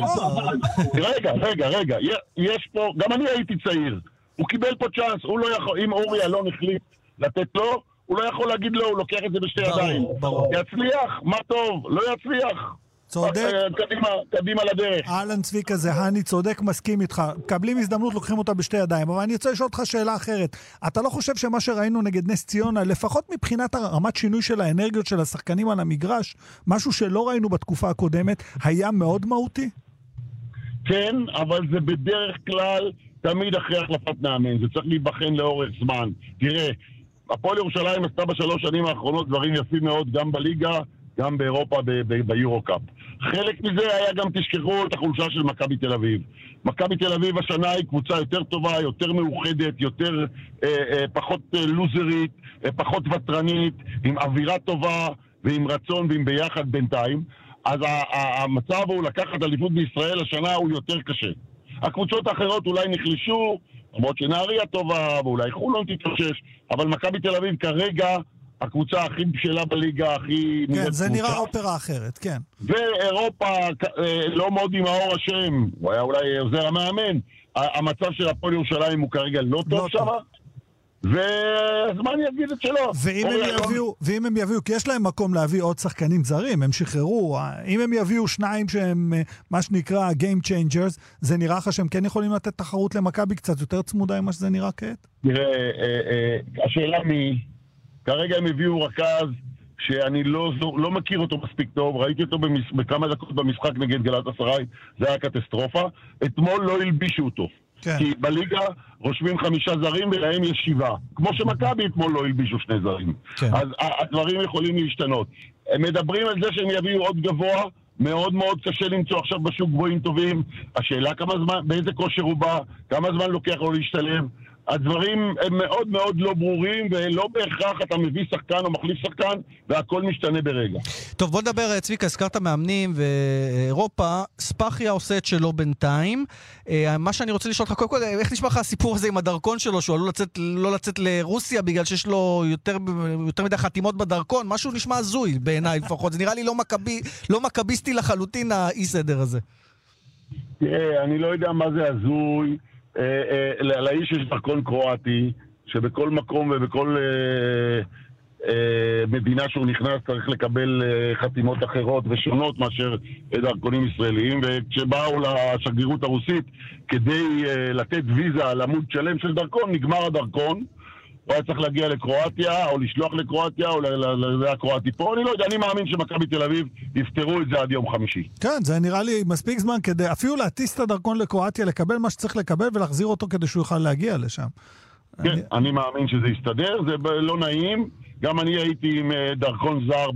רגע, יש פה, גם אני הייתי צעיר. הוא קיבל פה צ'אנס, הוא לא יכול, אם אורי אלון החליט לתת לו, הוא לא יכול להגיד לו, הוא לוקח את זה בשתי ידיים. יצליח, מה טוב, לא יצליח. צודק. קדימה לדרך. אהלן צביקה, זה אני צודק, מסכים איתך. קבלים הזדמנות, לוקחים אותה בשתי ידיים. אבל אני רוצה לשאול אותך שאלה אחרת. אתה לא חושב שמה שראינו נגד נס ציונה, לפחות מבחינת הרמת שינוי של האנרגיות של השחקנים על המגרש, משהו שלא ראינו בתקופה הקודמת, היה מאוד מהותי? כן, אבל זה בדרך כלל תמיד אחרי החלפת מאמן. זה צריך להיבחן לאורך זמן. תראה, הפועל ירושלים עשתה בשלוש שנים האחרונות דברים יפים מאוד, גם בליגה, גם באירופה, ביורו-קאפ. חלק מזה היה גם, תשכחו את החולשה של מכבי תל אביב. מכבי תל אביב השנה היא קבוצה יותר טובה, יותר מאוחדת, יותר פחות לוזרית, פחות וטרנית, עם אווירה טובה ועם רצון ועם ביחד בינתיים. אז המצב הוא לקחת אליפות בישראל השנה הוא יותר קשה. הקבוצות האחרות אולי נחלשו, למרות שנהריה טובה, ואולי חולון תתאושש, אבל מכבי תל אביב כרגע הקבוצה הכי בשלה בליגה, הכי... כן, זה נראה אופרה אחרת, כן. ואירופה, לא מודי מאור השם, הוא היה אולי עוזר המאמן, המצב של הפועל ירושלים הוא כרגע לא טוב שם, והזמן יגיד את שלו. ואם הם יביאו, כי יש להם מקום להביא עוד שחקנים זרים, הם שחררו, אם הם יביאו שניים שהם מה שנקרא Game Changers, זה נראה לך שהם כן יכולים לתת תחרות למכבי קצת יותר צמודה ממה שזה נראה כעת? תראה, השאלה מי, כרגע הם הביאו רכז שאני לא מכיר אותו מספיק טוב, ראיתי אותו בכמה דקות במשחק נגד גלאטסראי, זה היה קטסטרופה, אתמול לא הלבישו אותו. כן. כי בליגה רושמים 5 זרים ולהם יש 7. כמו שמכבי אתמול לא הלבישו 2 זרים. כן. אז הדברים יכולים להשתנות. הם מדברים על זה שהם יביאו עוד גבוה, מאוד מאוד קשה למצוא עכשיו בשוק גבוהים טובים. השאלה כמה זמן, באיזה כושר הוא בא, כמה זמן לוקח לו להשתלם. הדברים הם מאוד מאוד לא ברורים, ולא בהכרח אתה מביא שחקן או מחליף שחקן, והכל משתנה ברגע. טוב, בוא נדבר, צביקה, הזכרת מאמנים ואירופה, ספחיה עושה את שלו בינתיים. מה שאני רוצה לשאול אותך, קודם כל, איך נשמע לך הסיפור הזה עם הדרכון שלו, שהוא עלול לא לצאת לרוסיה, בגלל שיש לו יותר מדי חתימות בדרכון? משהו נשמע הזוי בעיניי לפחות. זה נראה לי לא מקביסטי לחלוטין האי סדר הזה. תראה, אני לא יודע מה זה הזוי. לאיש יש דרכון קרואטי, שבכל מקום ובכל מדינה שהוא נכנס צריך לקבל חתימות אחרות ושונות מאשר דרכונים ישראליים, וכשבאו לשגרירות הרוסית כדי לתת ויזה על עמוד שלם של דרכון, נגמר הדרכון, הוא היה צריך להגיע לקרואטיה, או לשלוח לקרואטיה, או לקרואטי פה, אני לא יודע, אני מאמין שמכבי תל אביב יפתרו את זה עד יום חמישי. כן, זה נראה לי מספיק זמן כדי אפילו להטיס את הדרכון לקרואטיה, לקבל מה שצריך לקבל ולהחזיר אותו כדי שהוא יוכל להגיע לשם. כן, אני מאמין שזה יסתדר, זה לא נעים, גם אני הייתי עם דרכון זר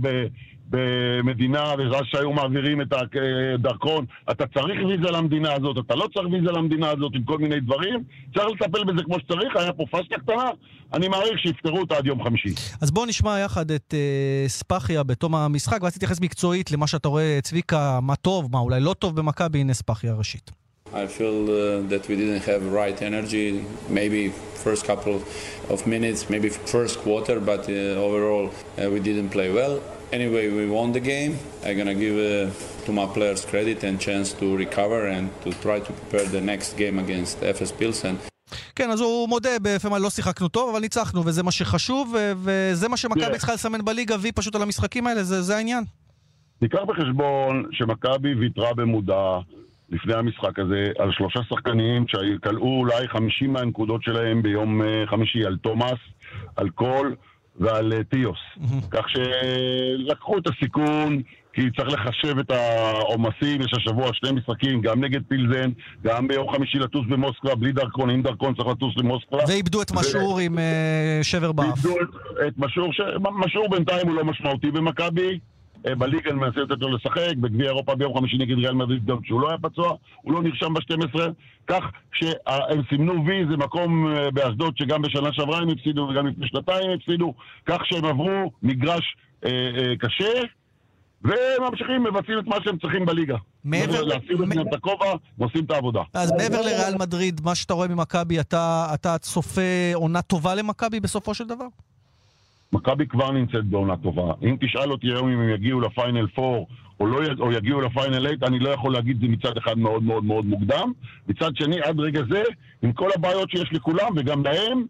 במדינה, ואז שהיו מעבירים את הדרכון, אתה צריך ויזה למדינה הזאת, אתה לא צריך ויזה למדינה הזאת עם כל מיני דברים, צריך לטפל בזה כמו שצריך, היה פה פסקה קטנה, אני מעריך שיפתרו אותה עד יום חמישי. אז בואו נשמע יחד את ספחיה בתום המשחק, ואז תתייחס מקצועית למה שאתה רואה, צביקה, מה טוב, מה אולי לא טוב במכבי, הנה ספחיה ראשית. I feel that we didn't have right energy, maybe first couple of minutes, maybe first quarter, but overall we didn't play well. Anyway, we won the game. I'm going to give to my players credit and chance to recover and to try to prepare the next game against FS Pilsen. כן, אז הוא מודה בפעמים לא שיחקנו טוב, אבל ניצחנו, וזה מה שחשוב, וזה מה שמכבי צריכה לסמן בליגה, והיא פשוט על המשחקים האלה, זה העניין. ניקח בחשבון שמכבי ויתרה במודע לפני המשחק הזה על 3 שחקנים שקלעו אולי 50 מהנקודות שלהם ביום חמישי, על תומאס, על קול ועל טיוס. כך שלקחו את הסיכון, כי צריך לחשב את העומסים, יש השבוע 2 משחקים, גם נגד פילזן, גם ביום חמישי לטוס במוסקבה, בלי דרכון, עם דרכון צריך לטוס למוסקבה. ואיבדו את משור עם שבר באף. איבדו את משור, משור בינתיים הוא לא משמעותי במכבי, בליגה מנסה לתת לו לשחק, בגביע אירופה ביום חמישי נגד ריאל מדריד גם כשהוא לא היה פצוע, הוא לא נרשם ב-12, כך שהם סימנו וי, זה מקום באשדוד שגם בשנה שעברה הם הפסידו וגם לפני 2 הם הפסידו, כך שהם עברו מגרש קשה, וממשיכים, מבצעים את מה שהם צריכים בליגה. להפעיל את הכובע, ועושים את העבודה. אז מעבר לריאל מדריד, מה שאתה רואה ממכבי, אתה צופה עונה טובה למכבי בסופו של דבר? מכבי כבר נמצאת בעונה טובה. אם תשאל אותי היום אם הם יגיעו לפיינל 4 או יגיעו לפיינל 8, אני לא יכול להגיד זה מצד אחד מאוד מאוד מאוד מוקדם. מצד שני, עד רגע זה, עם כל הבעיות שיש לכולם וגם להם,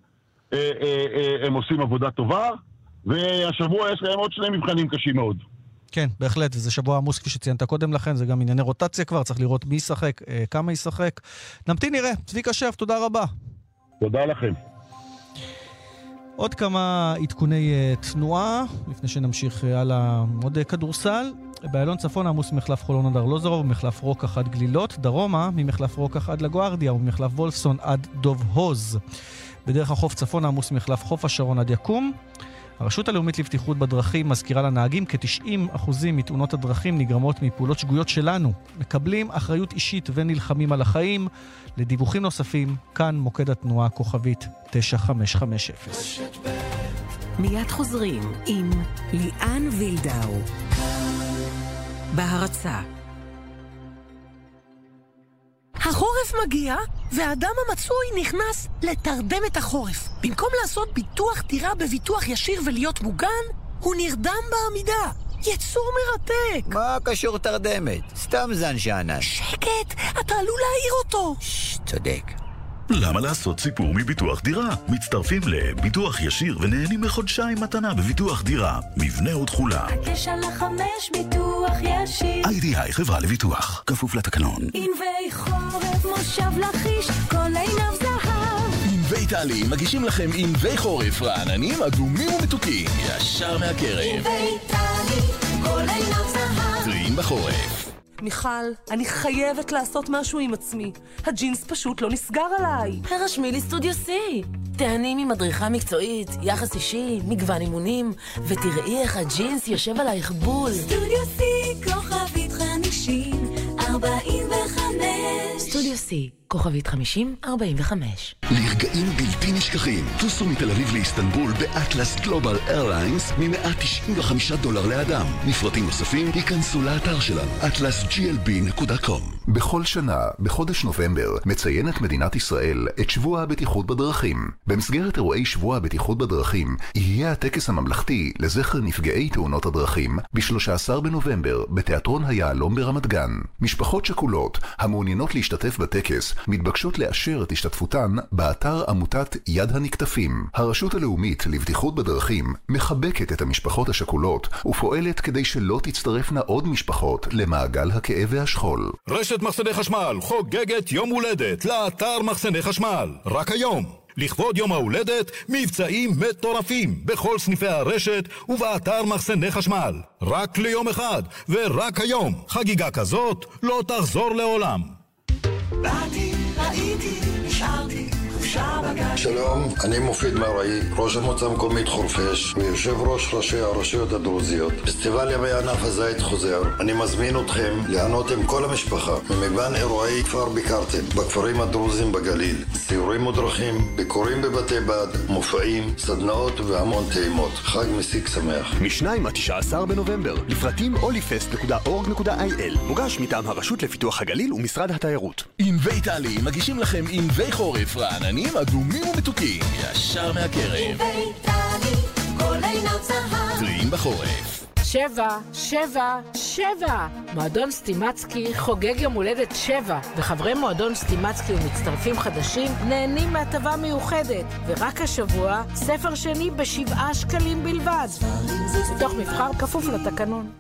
הם עושים עבודה טובה, והשבוע יש להם עוד 2 מבחנים קשים מאוד. כן, בהחלט, וזה שבוע עמוס כפי שציינת קודם לכן, זה גם ענייני רוטציה כבר, צריך לראות מי ישחק, כמה ישחק. נמתין נראה. צביקה שף, תודה רבה. תודה לכם. עוד כמה עדכוני תנועה, לפני שנמשיך הלאה עוד כדורסל. באלון צפון עמוס ממחלף חולון עד ארלוזורוב, ממחלף רוקח עד גלילות, דרומה ממחלף רוקח עד לגוארדיה וממחלף וולפסון עד דוב הוז. בדרך החוף צפון עמוס ממחלף חוף השרון עד יקום. הרשות הלאומית לבטיחות בדרכים מזכירה לנהגים כ-90% מתאונות הדרכים נגרמות מפעולות שגויות שלנו. מקבלים אחריות אישית ונלחמים על החיים. לדיווחים נוספים, כאן מוקד התנועה כוכבית 9550. מיד חוזרים עם ליאן וילדאו. בהרצה. החורף מגיע, והאדם המצוי נכנס לתרדם את החורף. במקום לעשות ביטוח דירה בביטוח ישיר ולהיות מוגן, הוא נרדם בעמידה. יצור מרתק. מה קשור תרדמת? סתם זן שענן. שקט, אתה עלול להעיר אותו. צודק. למה לעשות סיפור מביטוח דירה? מצטרפים לביטוח ישיר ונהנים מחודשיים מתנה בביטוח דירה. מבנה ותחולה. 9-5 ביטוח ישיר. IDI חברה לביטוח. כפוף לתקנון. ענבי חורף מושב לכיש, כל עיניו זהב. ענבי טלי מגישים לכם ענבי חורף רעננים, אדומים ומתוקים. ישר מהקרב. ענבי טלי, כל עיניו זהב. טריים בחורף. מיכל, אני חייבת לעשות משהו עם עצמי. הג'ינס פשוט לא נסגר עליי. הרשמי לי סטודיו C. תהנים עם מדריכה מקצועית, יחס אישי, מגוון אימונים, ותראי איך הג'ינס יושב עלייך בול. סטודיו C, כוכבית 50-45. סטודיו C, כוכבית 50-45. לרגעים בלתי נשכחים, טוסו מתל אביב לאיסטנבול באטלס גלובל איירליינס $195 לאדם. מפרטים נוספים ייכנסו לאתר שלנו, atlasglb.com. בכל שנה, בחודש נובמבר, מציינת מדינת ישראל את שבוע הבטיחות בדרכים. במסגרת אירועי שבוע הבטיחות בדרכים, יהיה הטקס הממלכתי לזכר נפגעי תאונות הדרכים ב-13 בנובמבר בתיאטרון היעלום ברמת גן. משפחות שכולות המעוניינות להשתתף בטקס מתבקשות לאשר את השתתפותן באתר עמותת יד הנקטפים. הרשות הלאומית לבטיחות בדרכים מחבקת את המשפחות השכולות ופועלת כדי שלא תצטרפנה עוד משפחות למעגל הכאב והשכול. רשת מחסני חשמל חוגגת יום הולדת לאתר מחסני חשמל. רק היום, לכבוד יום ההולדת, מבצעים מטורפים בכל סניפי הרשת ובאתר מחסני חשמל. רק ליום אחד ורק היום. חגיגה כזאת לא תחזור לעולם. באתי, ראיתי, נשארתי, חופשה בגן. שלום, אני מופיד מראי, ראש המועצה המקומית חורפיש ויושב ראש ראשי הרשויות הדרוזיות. פסטיבל ימי ענף הזית חוזר. אני מזמין אתכם ליהנות עם כל המשפחה ממגוון אירועי כפר ביקרתם בכפרים הדרוזים בגליל. סיורים מודרכים, ביקורים בבתי בד, מופעים, סדנאות והמון טעימות. חג מסיק שמח. מ-2-19 בנובמבר, לפרטים olifest.org.il. מוגש מטעם הרשות לפיתוח הגליל ומשרד התיירות. ענבי טלי מגישים לכם ענבי חורף רעננים, אדומים ומתוקים. ישר מהקרב. ענבי טלי, כל עיניו זהב. טריים בחורף. 7. מועדון סטימצקי חוגג יום הולדת 7, וחברי מועדון סטימצקי ומצטרפים חדשים נהנים מהטבה מיוחדת. ורק השבוע, ספר שני ב7 שקלים בלבד. מתוך מבחר כפוף לתקנון.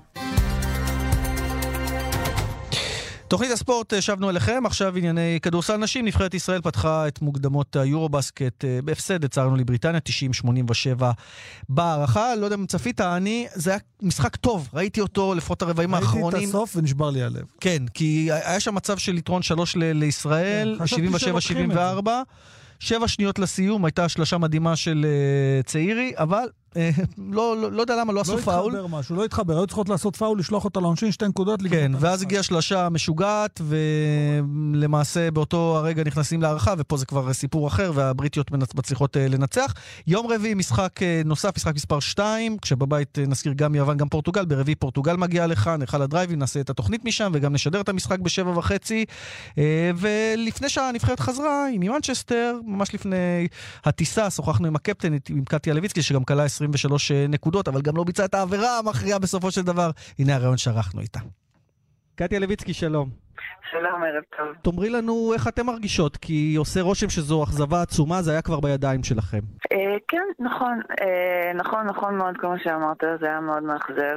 תוכנית הספורט, שבנו אליכם, עכשיו ענייני כדורסל נשים. נבחרת ישראל פתחה את מוקדמות היורובסקט בהפסד, הצערנו לבריטניה, 90-87 בהערכה. לא יודע אם צפית, זה היה משחק טוב, ראיתי אותו לפחות הרבעים האחרונים. ראיתי את הסוף ונשבר לי הלב. כן, כי היה שם מצב של יתרון 3 לישראל, 77-74, 7 שניות לסיום, הייתה שלשה מדהימה של צעירי, אבל לא יודע למה לא עשו פאול. לא התחבר, היו צריכות לעשות פאול, לשלוח אותה לעונשין 2 נקודות. כן, ואז הגיעה שלשה משוגעת, ולמעשה באותו הרגע נכנסים להערכה, ופה זה כבר סיפור אחר, והבריטיות מצליחות לנצח. יום רביעי משחק נוסף, משחק מספר 2, כשבבית נזכיר גם יוון, גם פורטוגל. ברביעי פורטוגל מגיעה לכאן, נלכה לדרייבים, נעשה את התוכנית משם, וגם נשדר את המשחק ב7:30. ולפני שהנבחרת חזרה, עם מנצ'סטר, ממש לפני הטיסה, שוחחנו עם הקפטן, עם קטיה לויצקי, שגם קלה 23 נקודות, אבל גם לא ביצעה את העבירה המכריעה בסופו של דבר. הנה הרעיון שערכנו איתה. קטיה לויצקי, שלום. שלום, ערב טוב. תאמרי לנו איך אתם מרגישות, כי עושה רושם שזו אכזבה עצומה, זה היה כבר בידיים שלכם. כן, נכון. נכון מאוד, כמו שאמרת, זה היה מאוד מאכזב.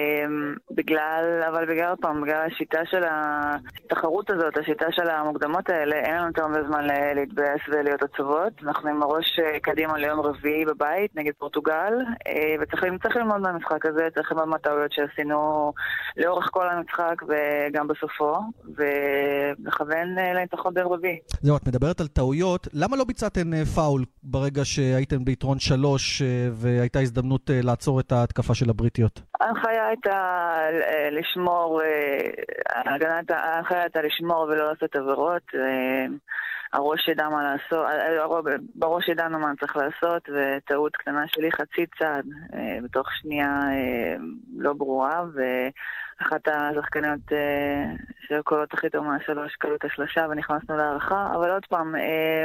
בגלל השיטה של התחרות הזאת, השיטה של המוקדמות האלה, אין לנו יותר הרבה זמן להתבאס ולהיות עצובות. אנחנו עם הראש קדימה ליום רביעי בבית, נגד פורטוגל, וצריך ללמוד מהמשחק הזה, צריך ללמוד מהטעויות שעשינו לאורך כל המשחק וגם בסופו. ולכוון לניצחון ביום רביעי. זהו, את מדברת על טעויות. למה לא ביצעתם פאול ברגע שהייתם ביתרון 3 והייתה הזדמנות לעצור את ההתקפה של הבריטיות? ההנחיה הייתה לשמור, ההנחיה הייתה לשמור ולא לעשות עבירות. הראש ידע מה לעשות, בראש ידענו מה צריך לעשות, וטעות קטנה שלי חצי צעד בתוך שנייה לא ברורה, אחת השחקניות שהקולות הכי טוב מהשלוש קלו את השלשה ונכנסנו להערכה. אבל עוד פעם,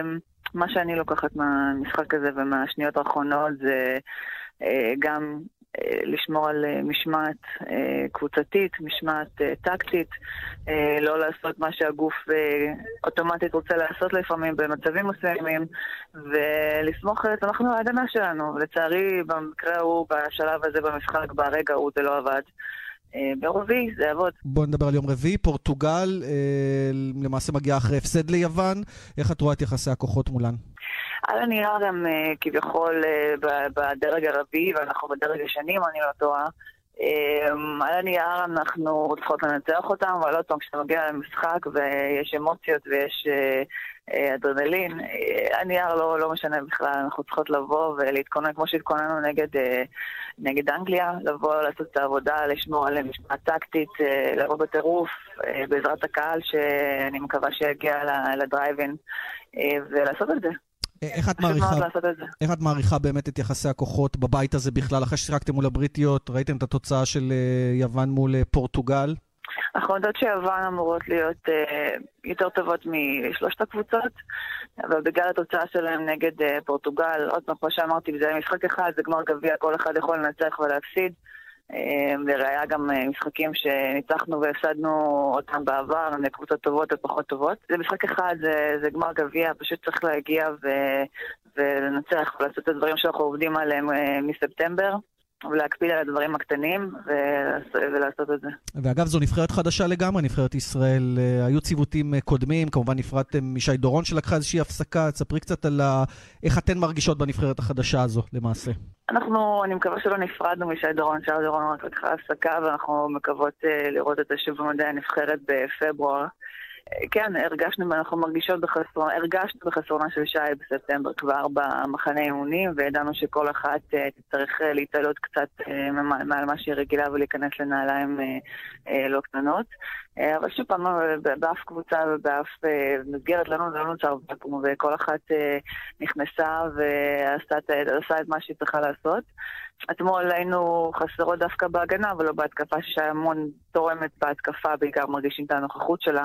מה שאני לוקחת מהמשחק הזה ומהשניות האחרונות זה גם לשמור על משמעת קבוצתית, משמעת טקטית, לא לעשות מה שהגוף אוטומטית רוצה לעשות לפעמים במצבים מסוימים, ולסמוך אנחנו ההגנה שלנו. לצערי, במקרה הוא, בשלב הזה במשחק, ברגע הוא זה לא עבד. ביום רביעי זה יעבוד. בואו נדבר על יום רביעי. פורטוגל למעשה מגיעה אחרי הפסד ליוון. איך את רואה את יחסי הכוחות מולן? על הנייר הם כביכול בדרג הרביעי, ואנחנו בדרג השני, אני לא טועה. על הנייר אנחנו צריכות לנצח אותם, אבל עוד פעם, כשאתה מגיע למשחק ויש אמוציות ויש אדרנלין, הנייר לא משנה בכלל. אנחנו צריכות לבוא ולהתכונן כמו שהתכוננו נגד אנגליה, לבוא לעשות את העבודה, לשמור על משמעת טקטית, לבוא בטירוף בעזרת הקהל שאני מקווה שיגיע לדרייבין ולעשות את זה. איך את מעריכה באמת את יחסי הכוחות בבית הזה בכלל? אחרי ששיחקתם מול הבריטיות, ראיתם את התוצאה של יוון מול פורטוגל? אנחנו יודעות שיוון אמורות להיות יותר טובות משלושת הקבוצות, אבל בגלל התוצאה שלהם נגד פורטוגל, עוד פעם, כמו שאמרתי, זה משחק אחד, זה גמר גביע, כל אחד יכול לנצח ולהפסיד. לראיה גם משחקים שניצחנו והפסדנו אותם בעבר, לקבוצות טובות ופחות טובות. זה משחק אחד, זה גמר גביע, פשוט צריך להגיע ולנצח ולעשות את הדברים שאנחנו עובדים עליהם מספטמבר, ולהקפיד על הדברים הקטנים ולעשות את זה. ואגב, זו נבחרת חדשה לגמרי, נבחרת ישראל. היו ציוותים קודמים, כמובן נפרדתם משי דורון שלקחה איזושהי הפסקה. תספרי קצת על איך אתן מרגישות בנבחרת החדשה הזו למעשה. אני מקווה שלא נפרדנו משי דורון, שי דורון רק לקחה הפסקה, ואנחנו מקוות לראות את השוב במדעי הנבחרת בפברואר. כן, אנחנו הרגשנו בחסרונה של שי בספטמבר כבר במחנה אימונים, וידענו שכל אחת תצטרך להתעלות קצת מעל מה שהיא רגילה ולהיכנס לנעליים לא קטנות. אבל שוב פעם, באף קבוצה ובאף מסגרת לא נוצר ואקום, וכל אחת נכנסה ועשה את מה שהיא צריכה לעשות. אתמול היינו חסרות דווקא בהגנה, אבל לא בהתקפה, ששי המון תורמת בהתקפה, בעיקר מרגישים את הנוכחות שלה.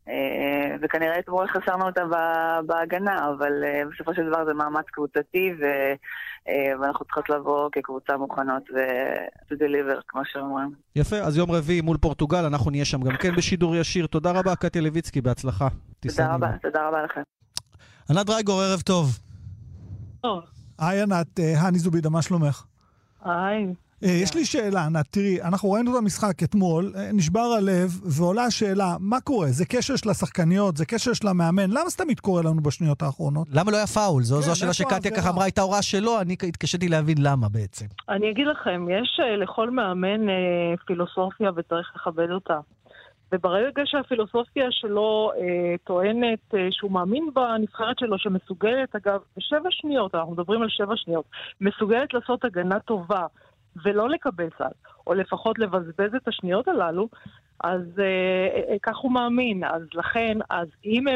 וכנראה אתמול חסרנו אותה בהגנה, אבל בסופו של דבר זה מאמץ קבוצתי, ואנחנו צריכות לבוא כקבוצה מוכנות ו-deliver, כמו שאומרים. יפה, אז יום רביעי מול פורטוגל, אנחנו נהיה שם גם כן בשידור ישיר. תודה רבה, קטיה לויצקי, בהצלחה. תודה רבה לכם. ענת דרייגור, ערב טוב. טוב. היי ענת, הני זובידה, מה שלומך? היי. יש לי שאלה, ענת, תראי, אנחנו ראינו את המשחק אתמול, נשבר הלב, ועולה השאלה, מה קורה? זה קשר של השחקניות, זה קשר של המאמן, למה סתם מתקורה לנו בשניות האחרונות? למה לא היה פאול? זו השאלה שקטיה ככה אמרה, הייתה הוראה שלו, אני התקשיתי להבין למה בעצם. אני אגיד לכם, יש לכל מאמן פילוסופיה וצריך לכבד אותה. וברגע שהפילוסופיה שלו טוענת שהוא מאמין בנבחרת שלו, שמסוגלת, אגב, ב7 שניות, אנחנו מדברים על 7 שניות, מסוגלת לעשות הגנה טובה, ולא לקבל סל, או לפחות לבזבז את השניות הללו, אז כך הוא מאמין. אז לכן, אז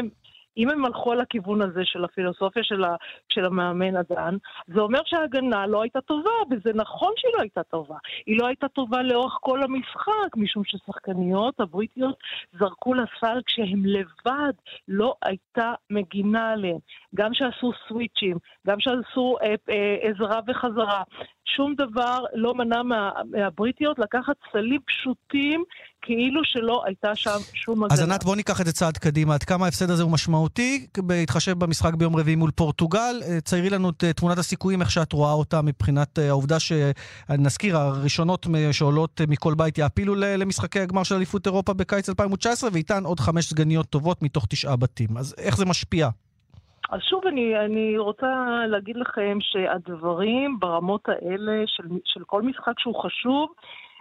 אם הם הלכו על הכיוון הזה של הפילוסופיה של המאמן הדן, זה אומר שההגנה לא הייתה טובה, וזה נכון שהיא לא הייתה טובה. היא לא הייתה טובה לאורך כל המשחק, משום ששחקניות הבריטיות זרקו לסל כשהם לבד, לא הייתה מגינה עליהם. גם שעשו סוויצ'ים, גם שעשו עזרה וחזרה. שום דבר לא מנע מהבריטיות לקחת סלים פשוטים, כאילו שלא הייתה שם שום הגנה. אז ענת, בוא ניקח את זה צעד קדימה. עד כמה ההפסד הזה הוא משמעותי, בהתחשב במשחק ביום רביעי מול פורטוגל. ציירי לנו את תמונת הסיכויים, איך שאת רואה אותה, מבחינת העובדה שנזכיר, הראשונות שעולות מכל בית יעפילו למשחקי הגמר של אליפות אירופה בקיץ 2019, ואיתן עוד 5 סגניות טובות מתוך 9 בתים. אז איך זה משפיע? אז שוב, אני רוצה להגיד לכם שהדברים ברמות האלה של כל משחק שהוא חשוב,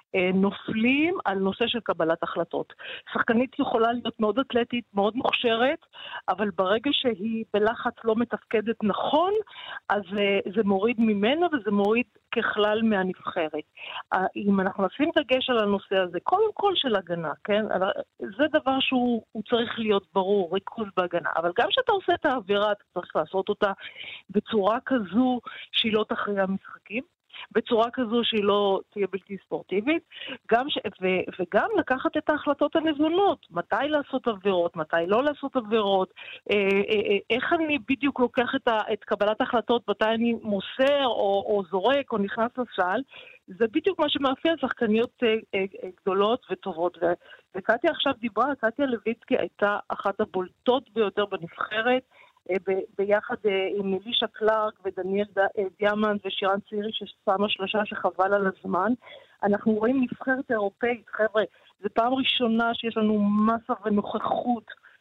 נופלים על נושא של קבלת החלטות. שחקנית יכולה להיות מאוד אתלטית, מאוד מוכשרת, אבל ברגע שהיא בלחץ לא מתפקדת נכון, אז זה מוריד ממנה וזה מוריד ככלל מהנבחרת. אם אנחנו נשים דגש על הנושא הזה, קודם כל של הגנה, כן? זה דבר שהוא צריך להיות ברור, ריכוז בהגנה. אבל גם כשאתה עושה את העבירה, אתה צריך לעשות אותה בצורה כזו שהיא לא תכריע משחקים, בצורה כזו שהיא לא תהיה בלתי ספורטיבית, וגם לקחת את ההחלטות הנבונות, מתי לעשות עבירות, מתי לא לעשות עבירות, איך אני בדיוק לוקח את קבלת ההחלטות, מתי אני מוסר או זורק או נכנס לסל, זה בדיוק מה שמאפיין שחקניות גדולות וטובות. וקטיה עכשיו דיברה, קטיה לויצקי הייתה אחת הבולטות ביותר בנבחרת, ביחד עם מילישה קלארק ודניאל דיאמנט ושירן צעירי ששמה 3 שחבל על הזמן. אנחנו רואים נבחרת אירופאית, חבר'ה, זה פעם ראשונה שיש לנו מסה ונוכחות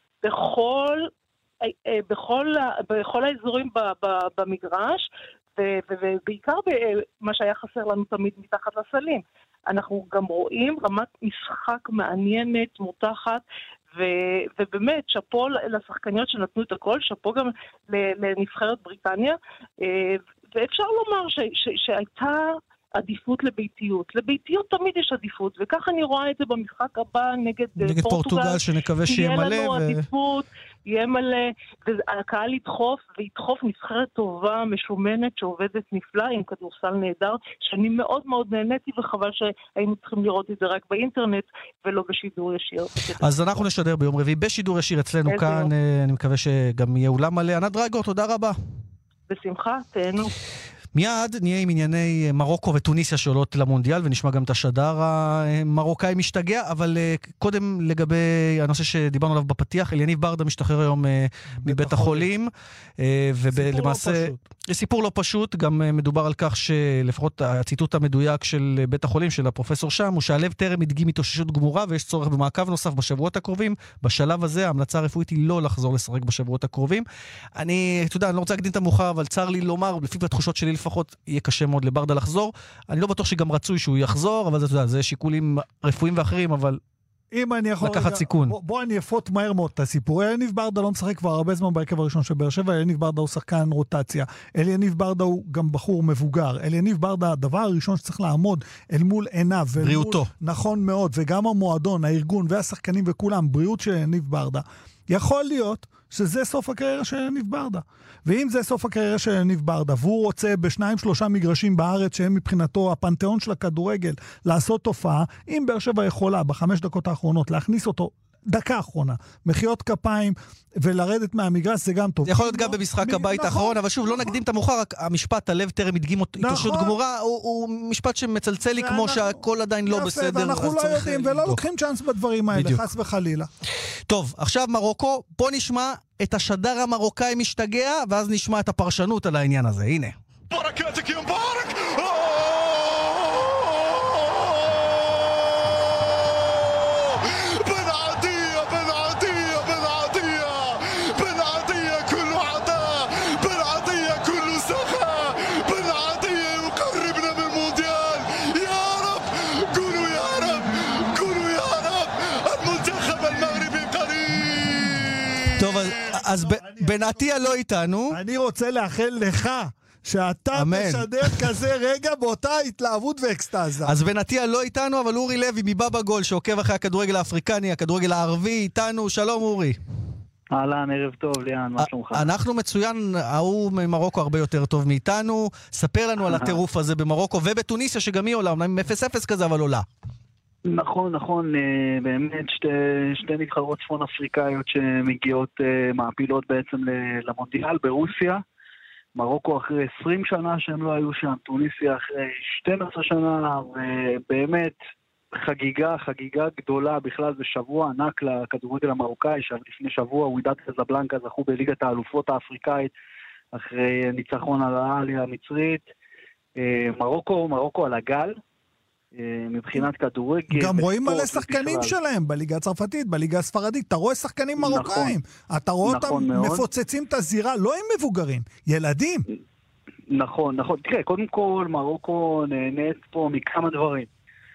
בכל האזורים במגרש, ובעיקר מה שהיה חסר לנו תמיד מתחת לסלים. אנחנו גם רואים רמת משחק מעניינת, מותחת, ובאמת, שפו לשחקניות שנתנו את הכל, שפו גם לנבחרת בריטניה, ואפשר לומר שהייתה עדיפות לביתיות. לביתיות תמיד יש עדיפות, וכך אני רואה את זה במשחק הבא נגד פורטוגל, שנקווה שיהיה מלא. תהיה לנו עדיפות, יהיה מלא, והקהל ידחוף נבחרת טובה, משומנת, שעובדת נפלא, עם כדורסל נהדר, שאני מאוד מאוד נהניתי, וחבל שהיינו צריכים לראות את זה רק באינטרנט, ולא בשידור ישיר. אז אנחנו נשדר ביום רביעי בשידור ישיר אצלנו כאן, אני מקווה שגם יהיה אולם מלא. ענת דרגו, תודה רבה. בשמחה, תהנו. מיד נהיה עם ענייני מרוקו וטוניסיה שעולות למונדיאל, ונשמע גם את השדר המרוקאי משתגע, אבל קודם לגבי הנושא שדיברנו עליו בפתיח, אליניב ברדה משתחרר היום מבית החולים, ולמעשה סיפור לא פשוט, גם מדובר על כך שלפחות הציטוט המדויק של בית החולים, של הפרופסור שם, הוא שהלב טרם הדגים התאוששות גמורה, ויש צורך במעקב נוסף בשבועות הקרובים. בשלב הזה ההמלצה הרפואית היא לא לחזור לשחק בשבועות הקרובים. אני לא רוצה להקדים את המאוחר, אבל צר לי לומר, לפי התחושות שלי לפחות, יהיה קשה מאוד לברדה לחזור. אני לא בטוח שגם רצוי שהוא יחזור, אבל זה שיקולים רפואיים ואחרים, אבל אם אני יכול לקחת סיכון. בוא אני אפות מהר מאוד את הסיפור. אליניב ברדה לא משחק כבר הרבה זמן בהרכב הראשון של באר שבע. אליניב ברדה הוא שחקן רוטציה. אליניב ברדה הוא גם בחור מבוגר. אליניב ברדה, הדבר הראשון שצריך לעמוד אל מול עיניו. בריאותו. נכון מאוד. וגם המועדון, הארגון והשחקנים וכולם, בריאות של אליניב ברדה. יכול להיות שזה סוף הקריירה של אליניב ברדה. ואם זה סוף הקריירה של אליניב ברדה, והוא רוצה ב2-3 מגרשים בארץ, שהם מבחינתו הפנתיאון של הכדורגל, לעשות תופעה, אם באר שבע יכולה ב5 דקות האחרונות להכניס אותו דקה האחרונה, מחיאות כפיים ולרדת מהמגרש, זה גם טוב. זה יכול להיות גם במשחק הבית האחרון, אבל שוב, לא נקדים את המאוחר, רק המשפט, הלב טרם הדגים התאוששות גמורה, הוא משפט שמצלצל לי כמו שהכל עדיין לא בסדר. ואנחנו לא יודעים ולא לוקחים צ'אנס בדברים האלה, חס וחלילה. טוב, עכשיו מרוקו, בוא נשמע את השדר המרוקאי משתגע, ואז נשמע את הפרשנות על העניין הזה. הנה. ברקתק יא מברק! אז בנעתיה לא איתנו. אני רוצה לאחל לך שאתה תשדר כזה רגע באותה התלהבות ואקסטאזה. אז בנעתיה לא איתנו, אבל אורי לוי מבאבא גול, שעוקב אחרי הכדורגל האפריקני, הכדורגל הערבי, איתנו. שלום אורי. אהלן, ערב טוב, ליאן, מה שלומך? אנחנו מצוין, ההוא ממרוקו הרבה יותר טוב מאיתנו. ספר לנו על הטירוף הזה במרוקו ובטוניסיה, שגם היא עולה, אומנם 0-0 כזה, אבל עולה. נכון, באמת שתי נבחרות צפון אפריקאיות שמגיעות, מעפילות בעצם למונדיאל ברוסיה. מרוקו אחרי 20 שנה שהם לא היו שם, טוניסיה אחרי 12 שנה, ובאמת חגיגה גדולה בכלל, זה שבוע ענק לכדורגל המרוקאי, שלפני שבוע ווידאד קזבלנקה זכו בליגת האלופות האפריקאית, אחרי ניצחון על העלייה המצרית. מרוקו על הגל, מבחינת כדורגל. גם רואים מלא שחקנים שלהם בליגה הצרפתית, בליגה הספרדית. אתה רואה שחקנים מרוקאים. אתה רואה אותם מפוצצים את הזירה, לא עם מבוגרים, ילדים. נכון. תראה, קודם כל מרוקו נהנית פה מכמה דברים.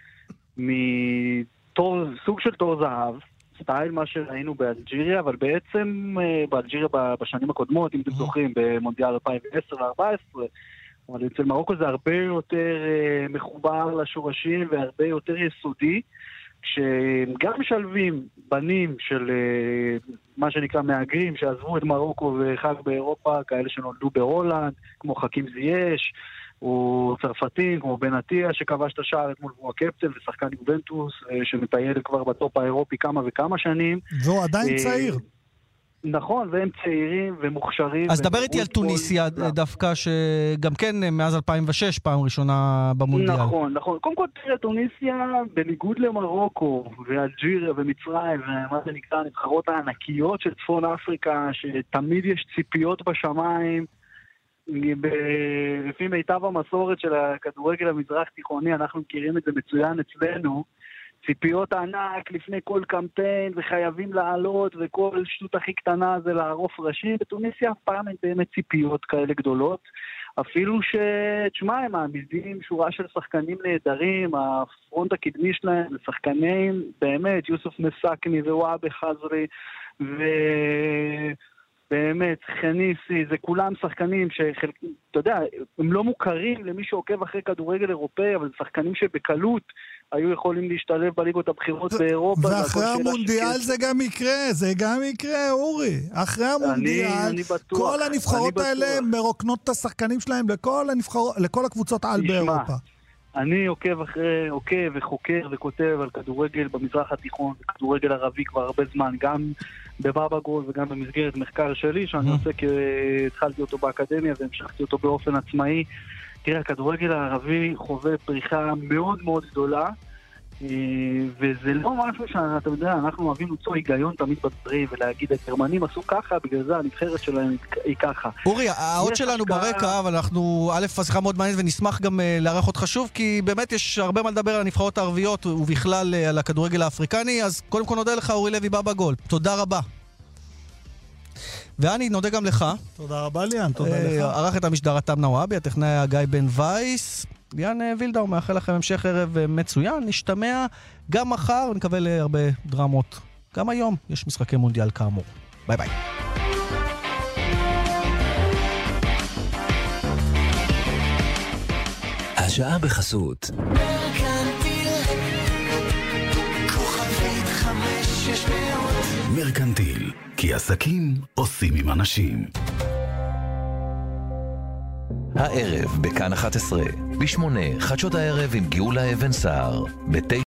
מסוג של תור זהב, סטייל מה שראינו באלג'יריה, אבל בעצם באלג'יריה בשנים הקודמות, אם אתם זוכרים, במונדיאל 2010 ו-2014, אבל אצל מרוקו זה הרבה יותר מחובר לשורשים והרבה יותר יסודי, שגם משלבים בנים של מה שנקרא מהגרים שעזבו את מרוקו וחג באירופה, כאלה שנולדו בהולנד, כמו חכים זייש, או צרפתים, כמו בנעתיה שכבש את השער אתמול והוא הקפטן ושחקן יובנטוס שמטייל כבר בטופ האירופי כמה וכמה שנים. והוא עדיין צעיר. נכון, והם צעירים ומוכשרים. אז דבר איתי על טוניסיה דווקא, שגם כן מאז 2006 פעם ראשונה במונדיאל. נכון. קודם כל תראה, טוניסיה, בניגוד למרוקו ואלג'יריה ומצרים, ומה זה נקרא, הנבחרות הענקיות של צפון אפריקה, שתמיד יש ציפיות בשמיים, לפי מיטב המסורת של הכדורגל המזרח תיכוני, אנחנו מכירים את זה מצוין אצלנו, ציפיות ענק לפני כל קמפיין, וחייבים לעלות, וכל שטות הכי קטנה זה לערוף ראשים. בטוניסיה פעם אין באמת ציפיות כאלה גדולות, אפילו תשמע, הם מעמידים שורה של שחקנים נהדרים, הפרונט הקדמי שלהם, שחקנים באמת, יוסוף מסקני ווואבי חזרי, באמת, חניסי, זה כולם שחקנים אתה יודע, הם לא מוכרים למי שעוקב אחרי כדורגל אירופאי, אבל שחקנים שבקלות היו יכולים להשתלב בליגות הבחירות באירופה. ואחרי המונדיאל זה גם יקרה, אורי. אחרי המונדיאל, כל הנבחרות האלה מרוקנות את השחקנים שלהם לכל הקבוצות על באירופה. אני עוקב וחוקר וכותב על כדורגל במזרח התיכון, כדורגל ערבי כבר הרבה זמן, גם בבאבא גול וגם במסגרת מחקר שלי, שאני עושה התחלתי אותו באקדמיה והמשכתי אותו באופן עצמאי. תראה, הכדורגל הערבי חווה פריחה מאוד מאוד גדולה, וזה לא משהו שאתה יודע, אנחנו אוהבים למצוא היגיון תמיד בדברים ולהגיד, הגרמנים עשו ככה, בגלל זה הנבחרת שלהם היא ככה. אורי, האות שלנו ברקע, אבל אנחנו, השיחה מאוד מעניינת ונשמח גם לארח אותך שוב, כי באמת יש הרבה מה לדבר על הנבחרות הערביות ובכלל על הכדורגל האפריקני, אז קודם כל נודה לך, אורי לוי באבא גול. תודה רבה. ואני נודה גם לך. תודה רבה ליאן, תודה לך. ערך את המשדר אתם נוואבי, הטכנאי גיא בן וייס. ליאן וילדאו, מאחל לכם המשך ערב מצוין, נשתמע גם מחר, נקווה להרבה דרמות. גם היום יש משחקי מונדיאל כאמור. ביי ביי. השעה בחסות מרקנטיל, כי עסקים עושים עם אנשים. הערב בכאן 11, ב8 חדשות הערב עם גאולה אבן סער, ב9